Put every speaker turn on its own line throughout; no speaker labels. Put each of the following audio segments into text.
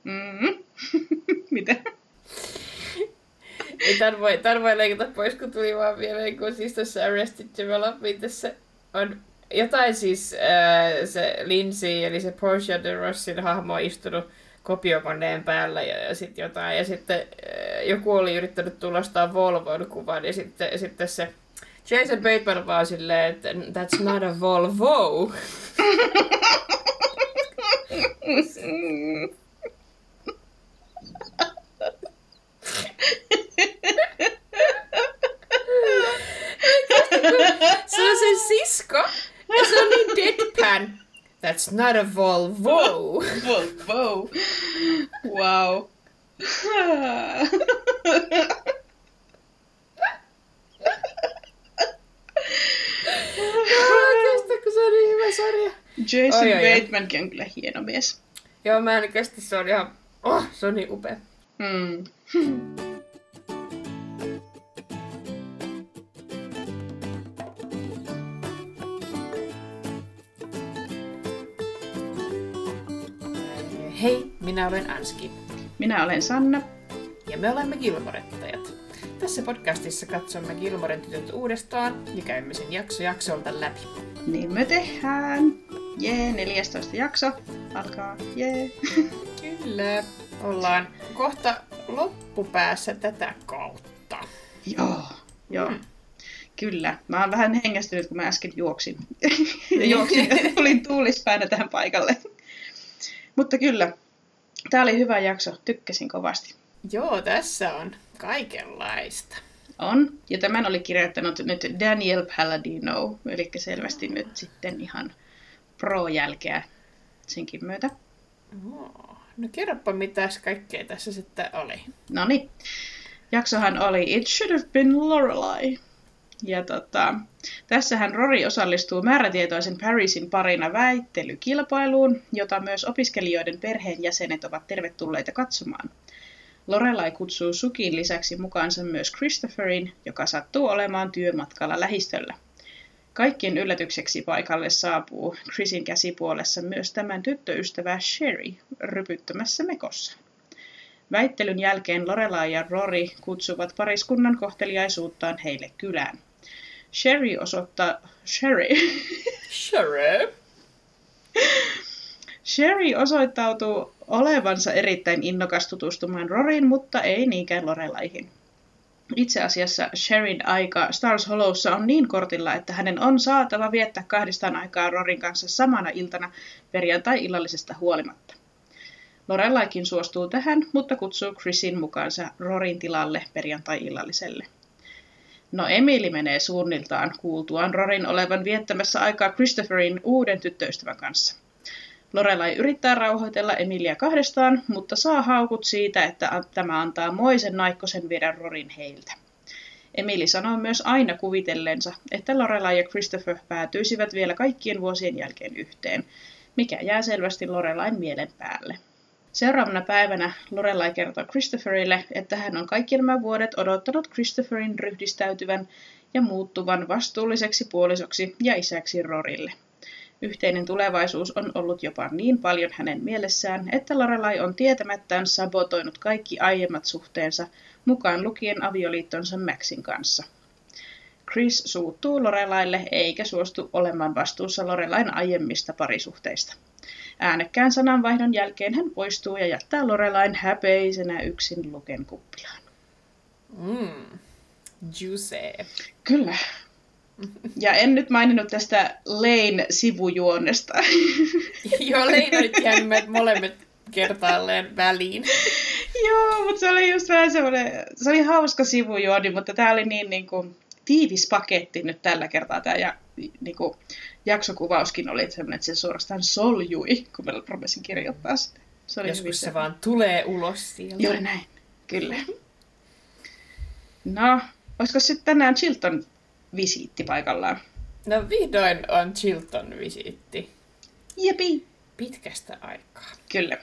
Mm-hmm. Mitä?
Tän voi leikata pois, kun tuli vaan mieleen, kun siis tuossa Arrested Developmentissa on jotain siis se Lindsay, eli se Portia de Rossin hahmo on istunut kopiokoneen päällä ja sitten jotain. Ja sitten joku oli yrittänyt tulostaa Volvon kuvan ja sitten se Jason Bateman vaan silleen, että that's not a Volvo. Se on sen sisko ja se on niin deadpan. That's not a Volvo.
Volvo. Wow.
Kestä, kun se on niin hyvä sarja.
Jason Batemankin on kyllä hieno mies.
Joo, mä en kestä, se on ihan... se on niin upea.
Mm.
Hei, minä olen Anski.
Minä olen Sanna.
Ja me olemme Gilmorettajat. Tässä podcastissa katsomme Gilmoren tytöt uudestaan ja käymme sen jaksolta läpi.
Niin me tehdään. Jee, 14 jakso. Alkaa. Jee.
Kyllä. Ollaan kohta loppupäässä tätä kautta.
Joo. Kyllä. Mä oon vähän hengästynyt, kun mä äsken juoksin. Juoksin ja tulin tuulispäänä tähän paikalle. Mutta kyllä, tää oli hyvä jakso. Tykkäsin kovasti.
Joo, tässä on kaikenlaista.
On. Ja tämän oli kirjoittanut nyt Daniel Palladino. Eli selvästi nyt sitten ihan pro-jälkeä senkin myötä.
No kerropa, mitäs kaikkea tässä sitten oli.
Noniin. Jaksohan oli It Should Have Been Lorelai. Ja tässähän Rory osallistuu määrätietoisen Parisin parina väittelykilpailuun, jota myös opiskelijoiden perheenjäsenet ovat tervetulleita katsomaan. Lorelai kutsuu Sukin lisäksi mukaansa myös Christopherin, joka sattuu olemaan työmatkalla lähistöllä. Kaikkien yllätykseksi paikalle saapuu Chrisin käsipuolessa myös tämän tyttöystävä Sherry rypyttämässä mekossa. Väittelyn jälkeen Lorelai ja Rory kutsuvat pariskunnan kohteliaisuuttaan heille kylään. Sherry osoittautuu olevansa erittäin innokas tutustumaan Roryin, mutta ei niinkään Lorelaihin. Itse asiassa Sherryn aika Stars Hollowssa on niin kortilla, että hänen on saatava viettää kahdestaan aikaa Roryn kanssa samana iltana perjantai-illallisesta huolimatta. Lorelaikin suostuu tähän, mutta kutsuu Chrisin mukaansa Roryn tilalle perjantai-illalliselle. No Emily menee suunniltaan kuultuaan Roryn olevan viettämässä aikaa Christopherin uuden tyttöystävän kanssa. Lorelai yrittää rauhoitella Emilia kahdestaan, mutta saa haukut siitä, että tämä antaa moisen naikkosen viedä Roryn heiltä. Emily sanoo myös aina kuvitelleensa, että Lorelai ja Christopher päätyisivät vielä kaikkien vuosien jälkeen yhteen, mikä jää selvästi Lorelain mielen päälle. Seuraavana päivänä Lorelai kertoo Christopherille, että hän on kaikki nämä vuodet odottanut Christopherin ryhdistäytyvän ja muuttuvan vastuulliseksi puolisoksi ja isäksi Rorylle. Yhteinen tulevaisuus on ollut jopa niin paljon hänen mielessään, että Lorelai on tietämättään sabotoinut kaikki aiemmat suhteensa, mukaan lukien avioliittonsa Maxin kanssa. Chris suuttuu Lorelaille eikä suostu olemaan vastuussa Lorelain aiemmista parisuhteista. Äänekkään sananvaihdon jälkeen hän poistuu ja jättää Lorelain häpeisenä yksin Luken kuppilaan.
Juicy.
Kyllä. Ja en nyt maininnut tästä Lane sivujuonnesta.
Joo, Lane on jäänyt molemmat kertaalleen väliin.
Joo, mutta se oli just vähän semmoinen, se oli hauska sivujuoni, mutta tämä oli niin kuin tiivis paketti nyt tällä kertaa. Tämä niin kuin jaksokuvauskin oli semmoinen, että se suorastaan soljui, kun mä rupesin kirjoittaa sitä.
Joskus se vaan tulee ulos sieltä.
Joo, näin. Kyllä. No, olisiko sitten tänään Chilton visiitti paikallaan?
No vihdoin on Chilton visiitti.
Jepi.
Pitkästä aikaa.
Kyllä.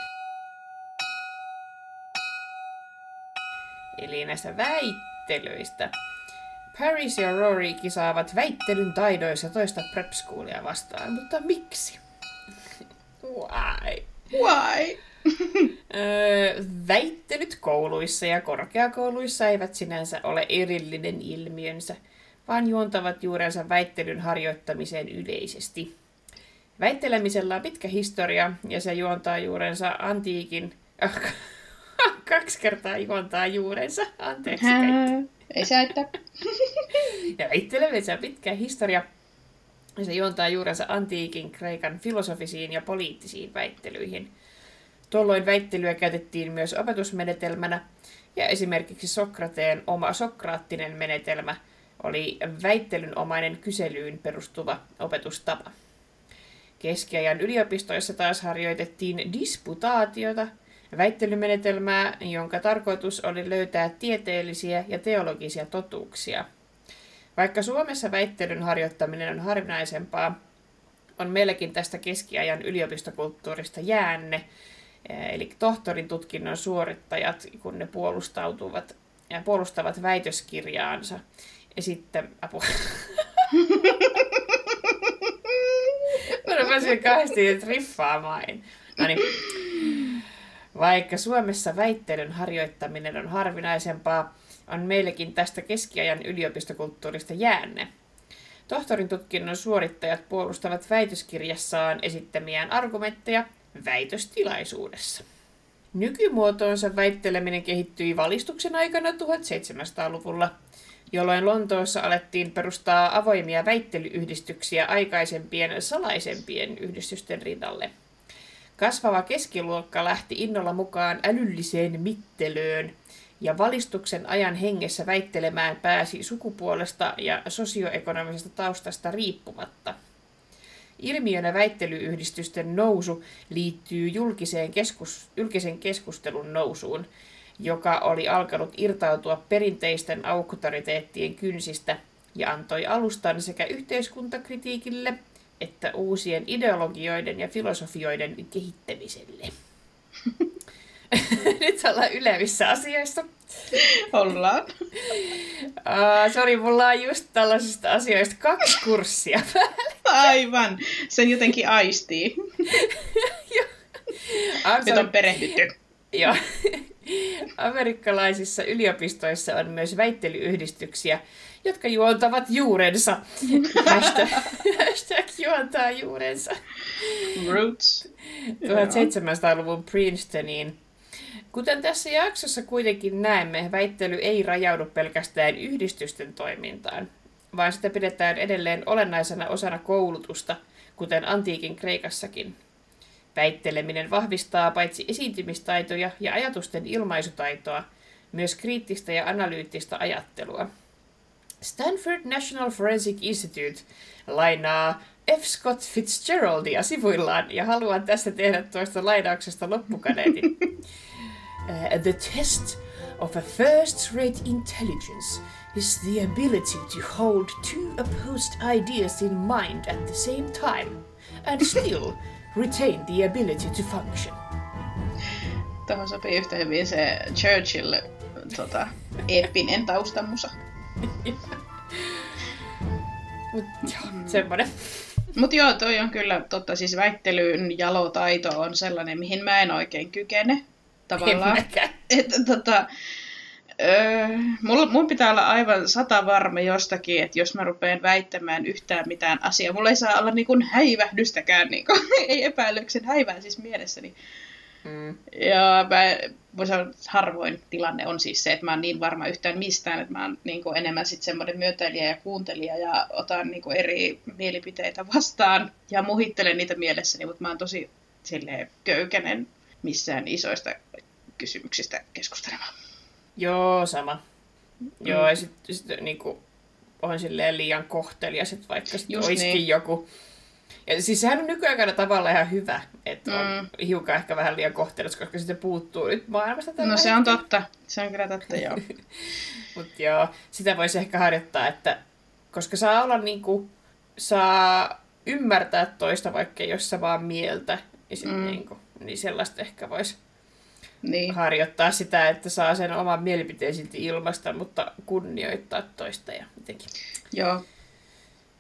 Eli näistä väittelyistä. Paris ja Rory kisaavat väittelyn taidoissa toista prep schoolia vastaan, mutta miksi? Why?
Why?
Väittelyt kouluissa ja korkeakouluissa eivät sinänsä ole erillinen ilmiönsä, vaan juontavat juurensa väittelyn harjoittamiseen yleisesti. Väittelemisellä on pitkä historia, ja se juontaa juurensa antiikin... 2 kertaa juontaa juurensa, anteeksi kaikki.
Ei se haittaa.
Ja väittelemisellä on pitkä historia, ja se juontaa juurensa antiikin Kreikan filosofisiin ja poliittisiin väittelyihin. Tuolloin väittelyä käytettiin myös opetusmenetelmänä, ja esimerkiksi Sokrateen oma sokraattinen menetelmä oli väittelynomainen kyselyyn perustuva opetustapa. Keskiajan yliopistoissa taas harjoitettiin disputaatiota, väittelymenetelmää, jonka tarkoitus oli löytää tieteellisiä ja teologisia totuuksia. Vaikka Suomessa väittelyn harjoittaminen on harvinaisempaa, on meilläkin tästä keskiajan yliopistokulttuurista jäänne, eli tohtorin tutkinnon suorittajat, kun ne puolustavat väitöskirjaansa. Ja sitten, apua. Mä rupesin kahdesti riffaamaan. Noniin. Vaikka Suomessa väittelyn harjoittaminen on harvinaisempaa, on meillekin tästä keskiajan yliopistokulttuurista jäänne. Tohtorin tutkinnon suorittajat puolustavat väitöskirjassaan esittämiään argumentteja väitöstilaisuudessa. Nykymuotoonsa väitteleminen kehittyi valistuksen aikana 1700-luvulla, jolloin Lontoossa alettiin perustaa avoimia väittelyyhdistyksiä aikaisempien salaisempien yhdistysten rinnalle. Kasvava keskiluokka lähti innolla mukaan älylliseen mittelöön, ja valistuksen ajan hengessä väittelemään pääsi sukupuolesta ja sosioekonomisesta taustasta riippumatta. Ilmiönä väittelyyhdistysten nousu liittyy julkisen keskustelun nousuun, joka oli alkanut irtautua perinteisten auktoriteettien kynsistä ja antoi alustan sekä yhteiskuntakritiikille että uusien ideologioiden ja filosofioiden kehittämiselle. Nyt ollaan ylevissä asioissa.
Ollaan.
Sori, mulla on just tällaisista asioista 2 kurssia päällä.
Aivan. Sen jotenkin aistii. Nyt on perehdytty.
Joo. Amerikkalaisissa yliopistoissa on myös väittelyyhdistyksiä, jotka juontavat juurensa. Hashtag juontaa juurensa.
Roots.
1700-luvun Princetoniin. Kuten tässä jaksossa kuitenkin näemme, väittely ei rajaudu pelkästään yhdistysten toimintaan, vaan sitä pidetään edelleen olennaisena osana koulutusta, kuten antiikin Kreikassakin. Väitteleminen vahvistaa paitsi esiintymistaitoja ja ajatusten ilmaisutaitoa, myös kriittistä ja analyyttistä ajattelua. Stanford National Forensic Institute lainaa F. Scott Fitzgeraldia sivuillaan, ja haluan tässä tehdä tuosta lainauksesta loppukaneetin. The test of a first-rate intelligence is the ability to hold 2 opposed ideas in mind at the same time, and still retain the ability to function.
Tuohon sopii yhtä hyvin se Churchill eeppinen taustamusa.
Semmoinen.
Mut joo, toi on kyllä totta. Siis väittelyn jalotaito on sellainen, mihin mä en oikein kykene. Tavallaan. Mun pitää olla aivan 100 varma jostakin, että jos mä rupean väittämään yhtään mitään asiaa, mulla ei saa olla niin kuin häivähdystäkään, niin kuin, ei epäilyksen häivää siis mielessäni. Ja harvoin tilanne on siis se, että mä oon niin varma yhtään mistään, että mä oon niin kuin enemmän sit semmoinen myötäilijä ja kuuntelija ja otan niin kuin eri mielipiteitä vastaan ja muhittelen niitä mielessäni, mutta mä oon tosi silleen köykänen missään isoista kysymyksistä keskustelemaan.
Joo, sama. Joo, ja sitten niinku, on silleen liian kohtelias, että vaikka sitten olisikin niin joku. Ja siis sehän on nykyaikana tavallaan ihan hyvä, että on hiukan ehkä vähän liian kohtelias, koska sitten puuttuu nyt maailmasta tällä
se on totta. Se on kyllä totta, joo.
Mutta joo, sitä voisi ehkä harjoittaa, että koska saa olla niinku, saa ymmärtää toista, vaikka jos sä vaan mieltä. Ja sitten niinku, niin sellaista ehkä voisi harjoittaa sitä, että saa sen oman mielipiteen silti ilmaista, mutta kunnioittaa toista ja jotenkin.
Joo.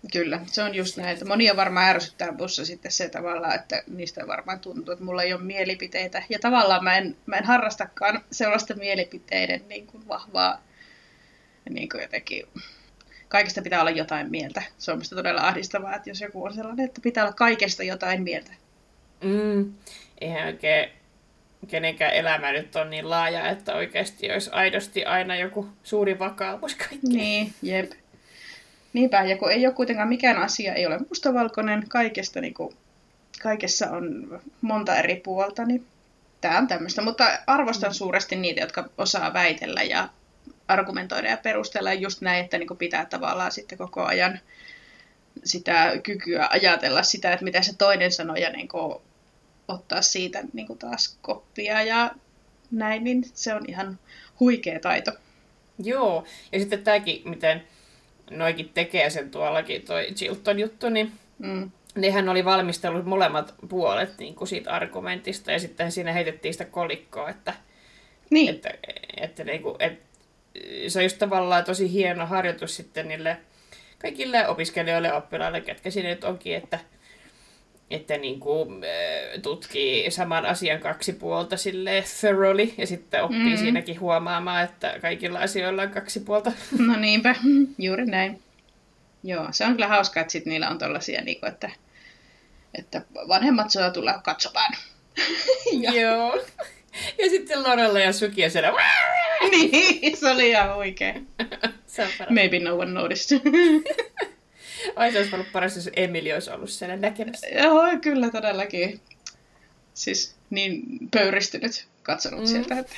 Kyllä, se on just näin, että monia varmaan ärsyttää musta sitten se tavallaan, että niistä varmaan tuntuu, että mulla ei ole mielipiteitä. Ja tavallaan mä en harrastakaan sellaista mielipiteiden niin kuin vahvaa, niin kuin jotenkin, kaikesta pitää olla jotain mieltä. Se on musta todella ahdistavaa, että jos joku on sellainen, että pitää olla kaikesta jotain mieltä.
Eihän oikein kenenkään elämä nyt on niin laaja, että oikeasti olisi aidosti aina joku suuri vakaumus kaikkeen.
Niin, jep. Niinpä, ja kun ei ole kuitenkaan mikään asia, ei ole mustavalkoinen, kaikesta, niin kuin, kaikessa on monta eri puolta, niin tämä on tämmöistä. Mutta arvostan suuresti niitä, jotka osaa väitellä ja argumentoida ja perustella just näin, että niin kuin pitää tavallaan sitten koko ajan sitä kykyä ajatella sitä, että mitä se toinen sanoo ja niin kuin ottaa siitä niin kuin taas koppia ja näin, niin se on ihan huikea taito.
Joo, ja sitten tämäkin, miten noikin tekee sen tuollakin, toi Chilton juttu, niin nehän oli valmistellut molemmat puolet niin kuin siitä argumentista, ja sitten siinä heitettiin sitä kolikkoa, että,
niin.
että se on just tavallaan tosi hieno harjoitus sitten niille kaikille opiskelijoille ja oppilaille, ketkä siinä nyt onkin, että niin kuin, tutkii saman asian kaksi puolta silleen thoroughly, ja sitten oppii siinäkin huomaamaan, että kaikilla asioilla on kaksi puolta.
No niinpä, juuri näin. Joo, se on kyllä hauskaa, että sit niillä on tollasia, niin kuin, että vanhemmat saa tulla katsomaan.
Joo. Ja sitten Lorella ja Suki on siellä.
Niin, se oli ihan huikea. Maybe no one noticed.
Ai se olisi ollut paras, jos Emily olisi ollut siellä näkemässä.
Joo, kyllä todellakin. Siis niin pöyristynyt katsonut sieltä. Että...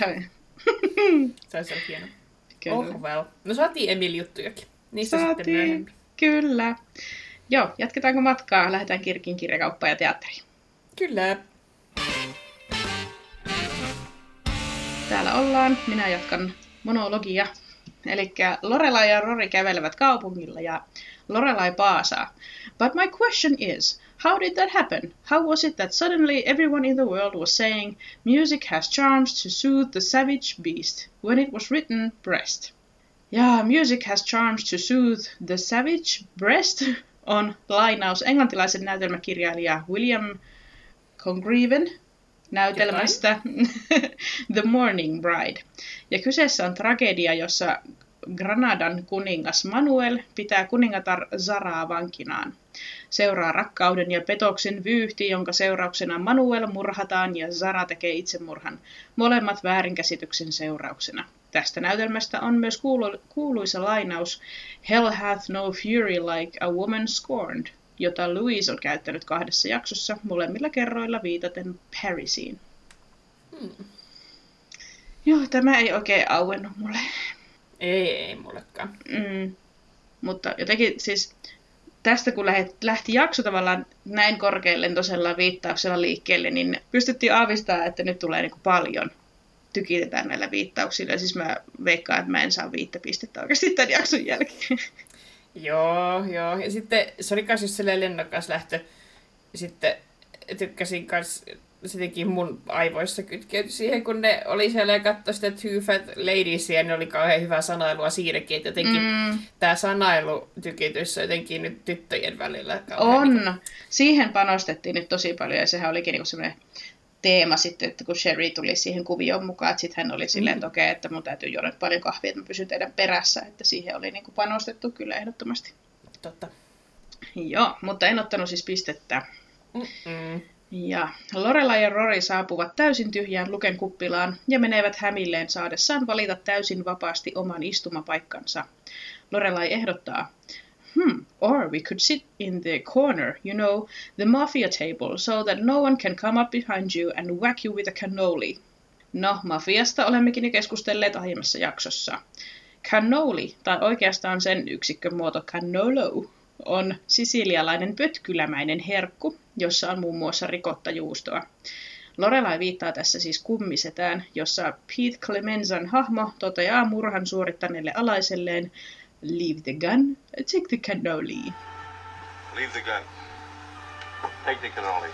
se olisi ollut hieno.
Kyllä.
Oh well. No saatiin Emily-juttujakin. Niistä sitten myöhemmin.
Kyllä. Joo, jatketaanko matkaa? Lähdetään Kirkin kirjakauppaan ja teatteriin.
Kyllä.
Täällä ollaan. Minä jatkan monologia. Eli Lorelai ja Rory kävelevät kaupungilla ja Lorelai paasaa. But my question is, how did that happen? How was it that suddenly everyone in the world was saying music has charms to soothe the savage beast when it was written breast? Ja music has charms to soothe the savage breast on lainaus englantilaisen näytelmäkirjailija William Congreve näytelmästä The Morning Bride. Ja kyseessä on tragedia, jossa Granadan kuningas Manuel pitää kuningatar Zaraa vankinaan. Seuraa rakkauden ja petoksen vyyhti, jonka seurauksena Manuel murhataan ja Zara tekee itsemurhan, molemmat väärinkäsityksen seurauksena. Tästä näytelmästä on myös kuuluisa lainaus Hell hath no fury like a woman scorned, jota Louise on käyttänyt 2 jaksossa, molemmilla kerroilla viitaten Parisiin. Joo, tämä ei oikein auennut mulle.
Ei mullekaan.
Mutta jotenkin siis tästä kun lähti jakso tavallaan näin korkealentoisella viittauksella liikkeelle, niin pystyttiin aavistamaan, että nyt tulee niin paljon. Tykitetään näillä viittauksilla. Siis mä veikkaan, että mä en saa 5 pistettä oikeasti tämän jakson jälkeen.
Joo. Ja sitten se oli myös just sellainen lennokas lähtö. Sitten tykkäsin myös, se teki mun aivoissa kytkeytyi siihen, kun ne oli siellä ja katsoi sitä Two Fat Ladiesia, ja ne oli kauhean hyvää sanailua siinäkin, että jotenkin tämä sanailu tykitys on jotenkin nyt tyttöjen välillä.
On.
Niin
siihen panostettiin nyt tosi paljon, ja sehän olikin niin semmoinen teema sitten, että kun Sherry tuli siihen kuvioon mukaan, että sitten hän oli silleen, että okei, että mun täytyy juoda paljon kahvia, että mä pysyn teidän perässä, että siihen oli niin kuin panostettu kyllä ehdottomasti.
Totta.
Joo, mutta en ottanut siis pistettä. Ja Lorelai ja Rory saapuvat täysin tyhjään Luken kuppilaan ja menevät hämilleen saadessaan valita täysin vapaasti oman istumapaikkansa. Lorelai ehdottaa, or we could sit in the corner, you know, the mafia table, so that no one can come up behind you and whack you with a cannoli. No, mafiasta olemmekin jo keskustelleet aiemmassa jaksossa. Cannoli, tai oikeastaan sen yksikkömuoto cannolo, on sisilialainen pötkylämäinen herkku, jossa on muun muassa rikottajuustoa. Lorelai viittaa tässä siis kummisetään, jossa Pete Clemenzan hahmo toteaa murhan suorittaneelle alaiselleen Leave the gun, take the cannoli.
Leave the gun. Take the cannoli.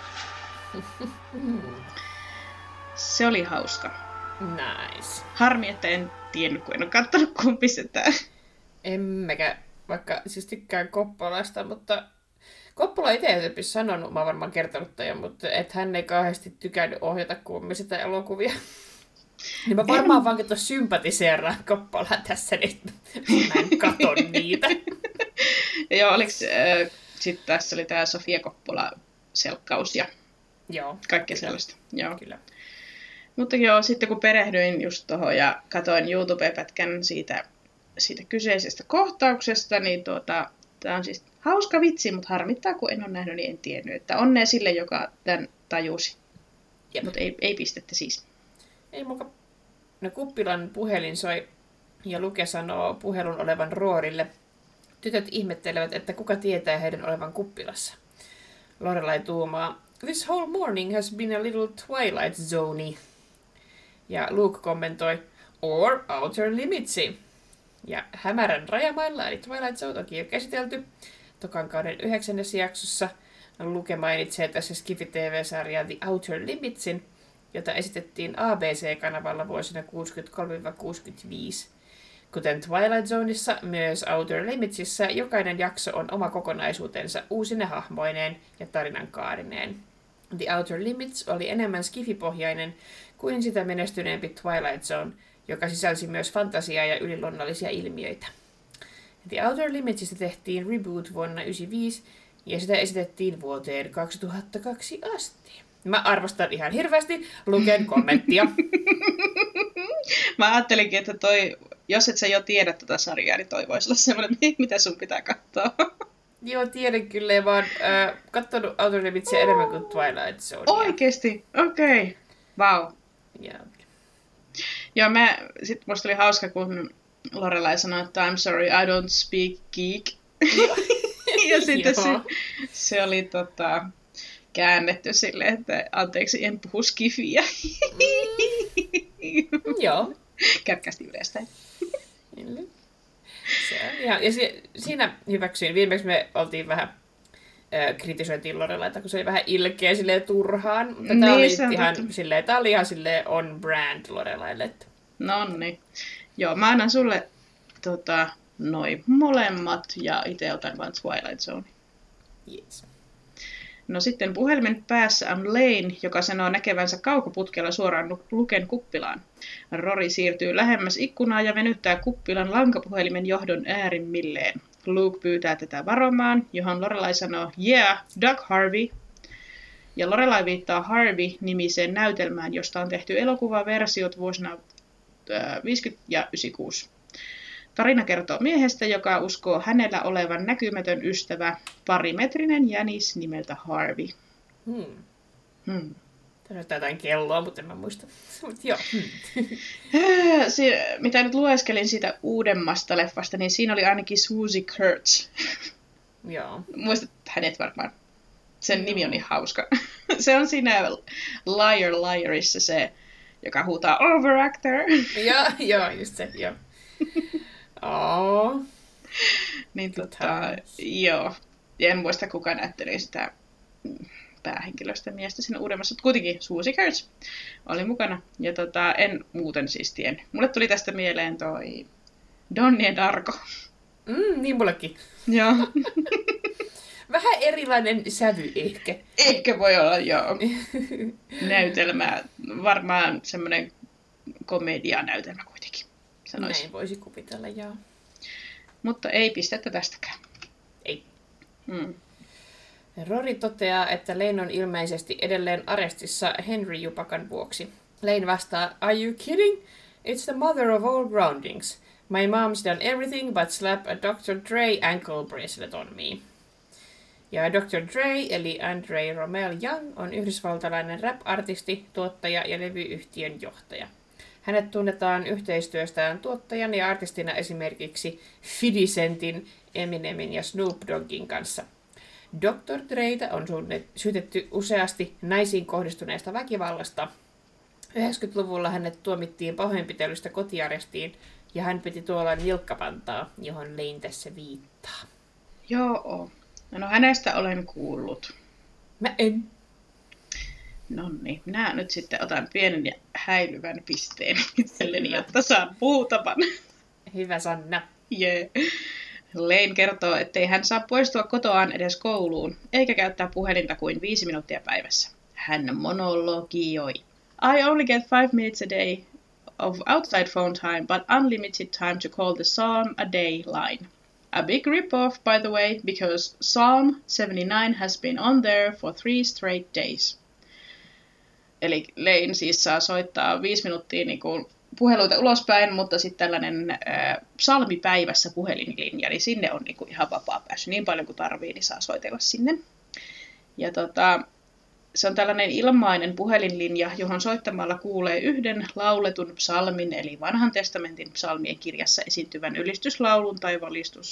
Se oli hauska.
Nice.
Harmi, että en tiennyt, kun en ole kattonut kummisetään.
Emmekä. vaikka siis tykkään Coppolasta, mutta Coppola itse ei ole sanonut, mä oon varmaan kertonut tämän, mutta että hän ei kauheasti tykännyt ohjata kummista elokuvia. Niin mä varmaan vaan sympatiseeraan Coppolaa tässä, niin mä en katon niitä.
Joo, oliko sitten tässä oli tämä Sofia Coppola-selkkaus ja kaikkea sellaista. Joo. Kyllä. Mutta joo, sitten kun perehdyin just tuohon ja katoin YouTube-pätkän siitä kyseisestä kohtauksesta, niin tämä on siis hauska vitsi, mutta harmittaa, kun en ole nähnyt, niin en tiennyt. Että onnea sille, joka tämän tajusi. Mutta ei pistettä siis.
Ei muka. No kuppilan puhelin soi ja Luke sanoo puhelun olevan Roorille. Tytöt ihmettelevät, että kuka tietää heidän olevan kuppilassa. Lorelai tuumaa, "This whole morning has been a little Twilight Zone." Ja Luke kommentoi, "Or Outer Limitsy." Ja hämärän rajamailla, eli Twilight Zone, onkin jo käsitelty tokan kauden 9. jaksossa. Luke mainitsee tässä Skifi-TV-sarjaa The Outer Limitsin, jota esitettiin ABC-kanavalla vuosina 63-65. Kuten Twilight Zoneissa, myös Outer Limitsissa jokainen jakso on oma kokonaisuutensa uusine hahmoineen ja tarinan kaarineen. The Outer Limits oli enemmän skifipohjainen kuin sitä menestyneempi Twilight Zone, joka sisälsi myös fantasiaa ja yliluonnollisia ilmiöitä. The Outer Limitsistä tehtiin reboot vuonna 1995 ja sitä esitettiin vuoteen 2002 asti. Mä arvostan ihan hirveästi Luken kommenttia.
Mä ajattelinkin, että jos et sä jo tiedä tätä sarjaa, niin toi voisi olla semmoinen, mitä sun pitää katsoa.
Joo, tiedän kyllä, ja mä oon kattonut Outer Limitsia enemmän kuin Twilight Zonea.
Oikeesti? Okei. Okay. Vau. Wow.
Yeah.
Joo, sit musta oli hauska, kun Lorelai sanoi, että I'm sorry, I don't speak geek. Ja sitten se oli käännetty silleen, että anteeksi, en puhu skifiä.
Joo.
Kärkästi yleistä.
Siinä hyväksyin. Viimeksi me oltiin vähän kritisoitiin Lorelaita, kun se oli vähän ilkeä silleen turhaan. Mutta tää oli ihan silleen on brand Lorelaille.
Nonni. Joo, mä annan sulle noi molemmat ja itse otan vain Twilight Zone.
Yes.
No sitten puhelimen päässä on Lane, joka sanoo näkevänsä kaukoputkella suoraan Luken kuppilaan. Rory siirtyy lähemmäs ikkunaa ja venyttää kuppilan lankapuhelimen johdon äärimmilleen. Luke pyytää tätä varomaan, johon Lorelai sanoo, "Yeah, Doug Harvey." Ja Lorelai viittaa Harvey-nimiseen näytelmään, josta on tehty elokuvaversiot vuosina 50 ja 96. Tarina kertoo miehestä, joka uskoo hänellä olevan näkymätön ystävä, parimetrinen jänis nimeltä Harvey.
Tämä on jotain kelloa, mutta en mä muista. Joo.
Mitä nyt lueskelin siitä uudemmasta leffasta, niin siinä oli ainakin Swoosie Kurtz.
Joo.
Muistat hänet varmaan. Sen nimi on niin hauska. Se on siinä Liar Liarissa se, joka huutaa overactor.
Joo, just se, joo. Oh.
Niin joo. Ja en muista kuka näytteli sitä päähenkilöstä miestä siinä uudemmassa, mutta kuitenkin Swoosie Kurtz oli mukana. Ja en muuten siis tiennyt. Mulle tuli tästä mieleen toi Donnie Darko.
Niin mullekin.
Joo.
Vähän erilainen sävy ehkä.
Ehkä voi olla, joo. Näytelmä, varmaan semmoinen komedianäytelmä kuitenkin, sanoisin.
Näin voisi kuvitella, joo.
Mutta ei pistettä tästäkään.
Ei. Rory toteaa, että Lane on ilmeisesti edelleen arestissa Henry-jupakan vuoksi. Lane vastaa, "Are you kidding? It's the mother of all groundings. My mom's done everything but slap a Dr. Dre ankle bracelet on me." Ja Dr. Dre, eli Andre Romel Young, on yhdysvaltalainen rap-artisti, tuottaja ja levyyhtiön johtaja. Hänet tunnetaan yhteistyöstään tuottajan ja artistina esimerkiksi 50 Centin, Eminemin ja Snoop Doggin kanssa. Dr. Dreitä on syytetty useasti naisiin kohdistuneesta väkivallasta. 90-luvulla hänet tuomittiin pahoinpitelystä kotiarestiin ja hän piti tuolloin nilkkapantaa, johon Lane tässä viittaa.
Joo. No hänestä olen kuullut.
Mä en.
Noniin, minä nyt sitten otan pienen ja häilyvän pisteen itselleni, jotta saan puutavan.
Hyvä Sanna.
Yeah. Lane kertoo, ettei hän saa poistua kotoaan edes kouluun, eikä käyttää puhelinta kuin 5 minuuttia päivässä. Hän monologioi. I only get 5 minutes a day of outside phone time, but unlimited time to call the Psalm a day line. A big rip-off, by the way, because Psalm 79 has been on there for 3 straight days. Eli Lane siis saa soittaa 5 minuuttia niin kuin puheluita ulospäin, mutta sitten tällainen psalmipäivässä puhelinlinja, niin sinne on niin kuin ihan vapaa pääsy. Niin paljon kuin tarvii, niin saa soitella sinne. Ja se on tällainen ilmainen puhelinlinja, johon soittamalla kuulee yhden lauletun psalmin, eli vanhan testamentin psalmien kirjassa esiintyvän ylistyslaulun tai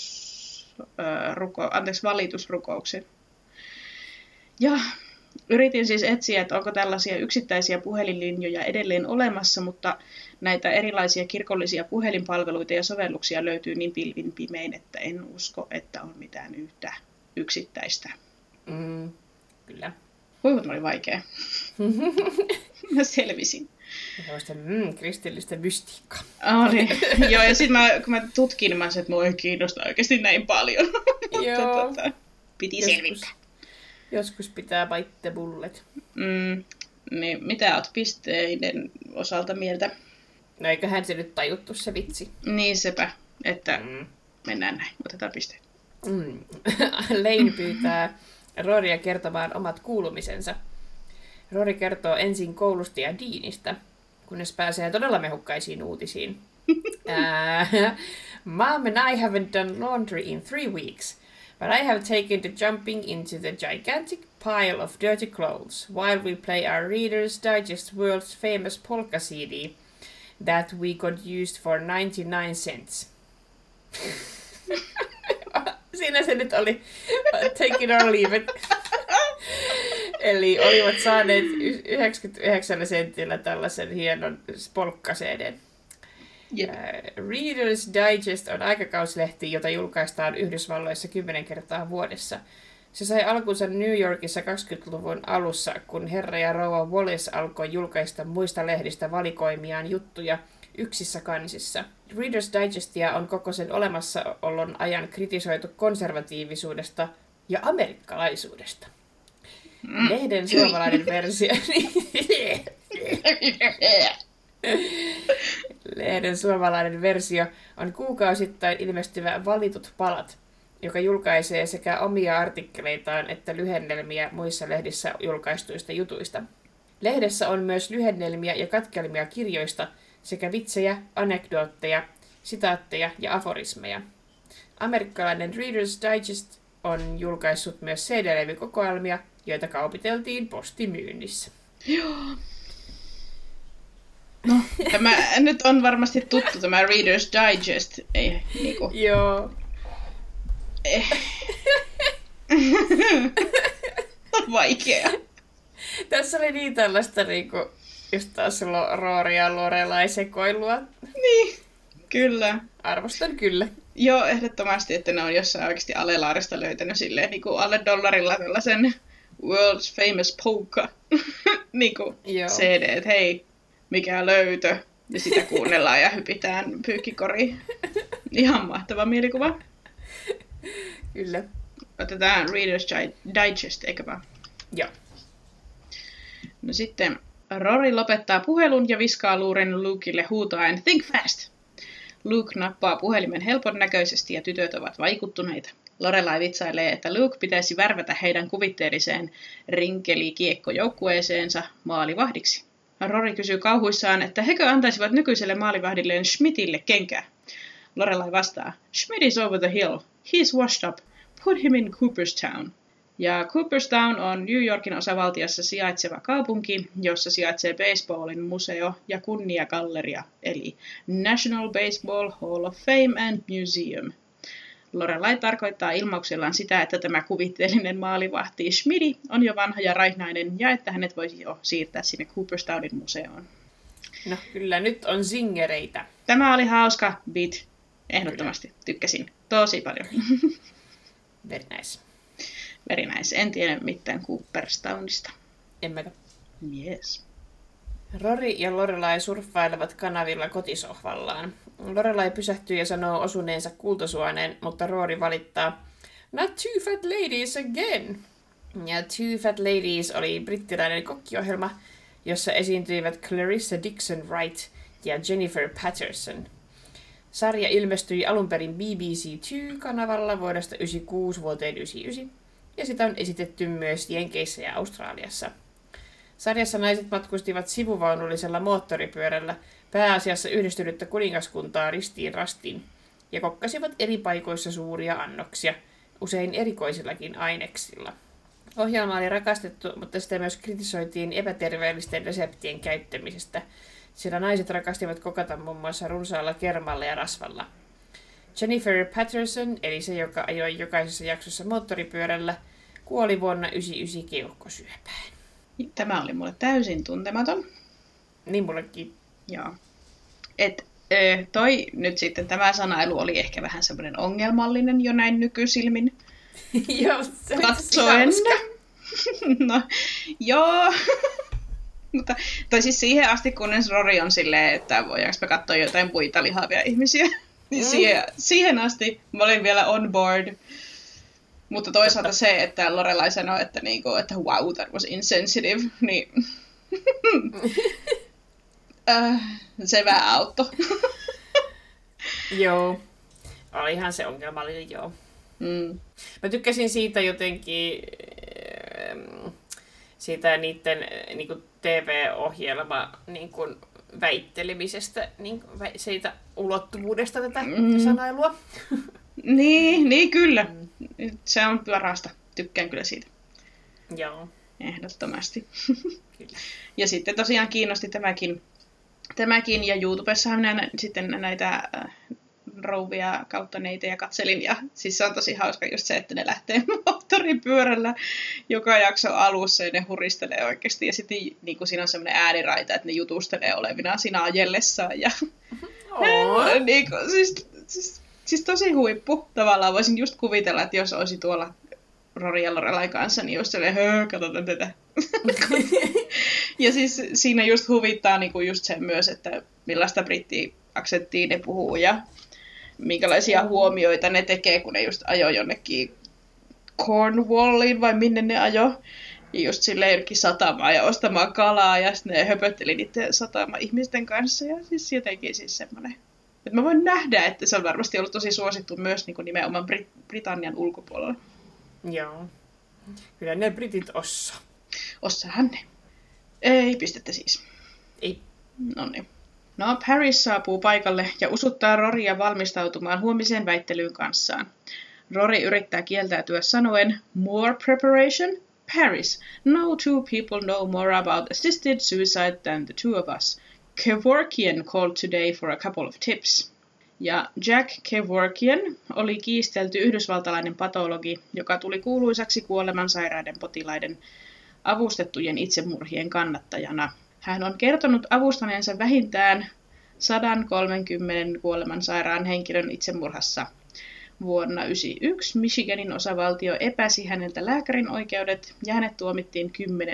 valitusrukouksen. Ja yritin siis etsiä, että onko tällaisia yksittäisiä puhelinlinjoja edelleen olemassa, mutta näitä erilaisia kirkollisia puhelinpalveluita ja sovelluksia löytyy niin pilvin pimein, että en usko, että on mitään yhtä yksittäistä.
Kyllä.
Kuinka oli vaikea? Mä selvisin.
Kristillistä mystiikkaa.
Niin. Joo, ja sitten kun mä tutkin, niin mä sanoin, että mua ei kiinnosta oikeasti näin paljon.
Joo.
Piti selvittää.
Joskus pitää bite bullet.
Niin, mitä oot pisteiden osalta mieltä?
No eiköhän se nyt tajuttu se vitsi.
Niin sepä, että mennään näin. Otetaan pisteet.
Lane pyytää Rorya kertomaan omat kuulumisensa. Rory kertoo ensin koulusta ja diinistä, kunnes pääsee todella mehukkaisiin uutisiin. Mom and I haven't done laundry in 3 weeks, but I have taken to jumping into the gigantic pile of dirty clothes while we play our Reader's Digest world's famous polka CD that we got used for 99 cents. Siinä se nyt oli. Take it or leave it. Eli olivat saaneet 99 sentillä tällaisen hienon polkkaseeden. Yep. Reader's Digest on aikakauslehti, jota julkaistaan Yhdysvalloissa 10 kertaa vuodessa. Se sai alkunsa New Yorkissa 20-luvun alussa, kun herra ja rouva Wallace alkoi julkaista muista lehdistä valikoimiaan juttuja yksissä kansissa. Reader's Digestia on koko sen olemassaolon ajan kritisoitu konservatiivisuudesta ja amerikkalaisuudesta. Lehden suomalainen versio... Lehden suomalainen versio on kuukausittain ilmestyvä Valitut palat, joka julkaisee sekä omia artikkeleitaan että lyhennelmiä muissa lehdissä julkaistuista jutuista. Lehdessä on myös lyhennelmiä ja katkelmia kirjoista sekä vitsejä, anekdootteja, sitaatteja ja aforismeja. Amerikkalainen Reader's Digest on julkaissut myös CD-levykokoelmia, joita kaupiteltiin postimyynnissä.
Joo. No, tämä nyt on varmasti tuttu, tämä Reader's Digest. Ei, niinku.
Joo.
Vaikea.
Tässä oli niin tällaista niinku, just taas Rory ja Lorelai sekoilua.
Niin, kyllä.
Arvostan kyllä.
Joo, ehdottomasti, että ne on jossain oikeasti alelaarista löytänyt silleen niin kuin alle $1 tällaisen World's Famous Polka niin kuin CD, että hei, mikä löytö. Ja sitä kuunnellaan ja hypitään pyykkikoriin. Ihan mahtava mielikuva.
Kyllä.
Otetaan Reader's Digest, eikö vaan?
Joo.
No sitten Rory lopettaa puhelun ja viskaa luuren Lukelle huutaen Think fast! Luke nappaa puhelimen helpon näköisesti ja tytöt ovat vaikuttuneita. Lorelai vitsailee, että Luke pitäisi värvätä heidän kuvitteelliseen rinkelikiekkojoukkueeseensa maalivahdiksi. Rory kysyy kauhuissaan, että hekö antaisivat nykyiselle maalivahdilleen Schmidtille kenkää. Lorelai vastaa, Schmidt is over the hill. He's washed up. Put him in Cooperstown. Ja Cooperstown on New Yorkin osavaltiossa sijaitseva kaupunki, jossa sijaitsee baseballin museo ja kunniagalleria, eli National Baseball Hall of Fame and Museum. Lorelai tarkoittaa ilmauksellaan sitä, että tämä kuvitteellinen maalivahti Schmidi on jo vanha ja raihnainen ja että hänet voisi jo siirtää sinne Cooperstownin museoon.
No kyllä, nyt on zingereitä.
Tämä oli hauska bit. Ehdottomasti tykkäsin tosi paljon.
Very nice.
Very nice. En tiedä mitään Cooperstownista.
En mäkään.
Yes.
Rory ja Lorelai surffailevat kanavilla kotisohvallaan. Lorelai pysähtyy ja sanoo osuneensa kultasuoneen, mutta Rory valittaa "Not two fat ladies again!" Ja Two Fat Ladies oli brittiläinen kokkiohjelma, jossa esiintyivät Clarissa Dixon Wright ja Jennifer Patterson. Sarja ilmestyi alun perin BBC Two-kanavalla vuodesta 1996 vuoteen 1999, ja sitä on esitetty myös Jenkeissä ja Australiassa. Sarjassa naiset matkustivat sivuvaunullisella moottoripyörällä pääasiassa yhdistynyttä kuningaskuntaa ristiin rastiin ja kokkasivat eri paikoissa suuria annoksia, usein erikoisillakin aineksilla. Ohjelma oli rakastettu, mutta sitä myös kritisoitiin epäterveellisten reseptien käyttämisestä, sillä naiset rakastivat kokata muun muassa runsaalla kermalla ja rasvalla. Jennifer Patterson, eli se, joka ajoi jokaisessa jaksossa moottoripyörällä, kuoli vuonna 1999 keuhkosyöpään.
Tämä oli mulle täysin tuntematon.
Niin mullekin.
Joo. Toi nyt sitten, tämä sanailu oli ehkä vähän semmoinen ongelmallinen jo näin nykysilmin.
Joo, se oli
katsoen. No, joo. Mutta, tai siis siihen asti, kunnes Rory on silleen, että voidaanko me katsoa jotain puita lihavia ihmisiä. Niin siihen asti mä olin vielä on board. Mutta toisaalta se, että Lorelai sanoi, että, niinku, että wow, that was insensitive, niin se vähän auttoi.
Joo, olihan se ongelmallinen, joo. Mä tykkäsin siitä jotenkin, siitä niiden niin kuin TV-ohjelma niin kuin väittelemisestä, niin kuin, siitä ulottuvuudesta tätä sanailua.
Niin kyllä. Se on parasta. Tykkään kyllä siitä.
Joo.
Ehdottomasti.
Kyllä.
Ja sitten tosiaan kiinnosti tämäkin ja YouTubessahan minä sitten näitä rouvia kautta neitejä katselin. Ja siis se on tosi hauska just se, että ne lähtee moottoripyörällä joka jakso alussa ja ne huristelee oikeasti. Ja sitten niin kuin siinä on semmoinen ääniraita, että ne jutustelee olevina siinä ajellessaan. Ja niin kuin, siis tosi huippu. Tavallaan voisin just kuvitella, että jos olisi tuolla Rory ja Lorelai kanssa, niin just silleen, katsotaan tätä. Ja siis siinä just huvittaa niin kuin just se myös, että millaista brittiaksenttia ne puhuu ja minkälaisia huomioita ne tekee, kun ne just ajoi jonnekin Cornwalliin vai minne ne ajoi. Ja just silleen jonnekin satamaan ja ostamaan kalaa ja sitten ne höpötteli niiden satama-ihmisten kanssa. Ja siis jotenkin siis semmoinen. Että mä voin nähdä, että se on varmasti ollut tosi suosittu myös niin kuin nimenomaan Britannian ulkopuolella.
Joo. Kyllä ne britit osaa.
Osaahan ne. Ei pistettä siis.
Ei.
Noniin. No, Paris saapuu paikalle ja usuttaa Roria valmistautumaan huomiseen väittelyyn kanssaan. Rory yrittää kieltäytyä sanoen, "More preparation? Paris, no two people know more about assisted suicide than the two of us. Kevorkian called today for a couple of tips." Ja Jack Kevorkian oli kiistelty yhdysvaltalainen patologi, joka tuli kuuluisaksi kuolemansairaiden potilaiden avustettujen itsemurhien kannattajana. Hän on kertonut avustaneensa vähintään 130 kuolemansairaan henkilön itsemurhassa. Vuonna 1991 Michiganin osavaltio epäsi häneltä lääkärin oikeudet ja hänet tuomittiin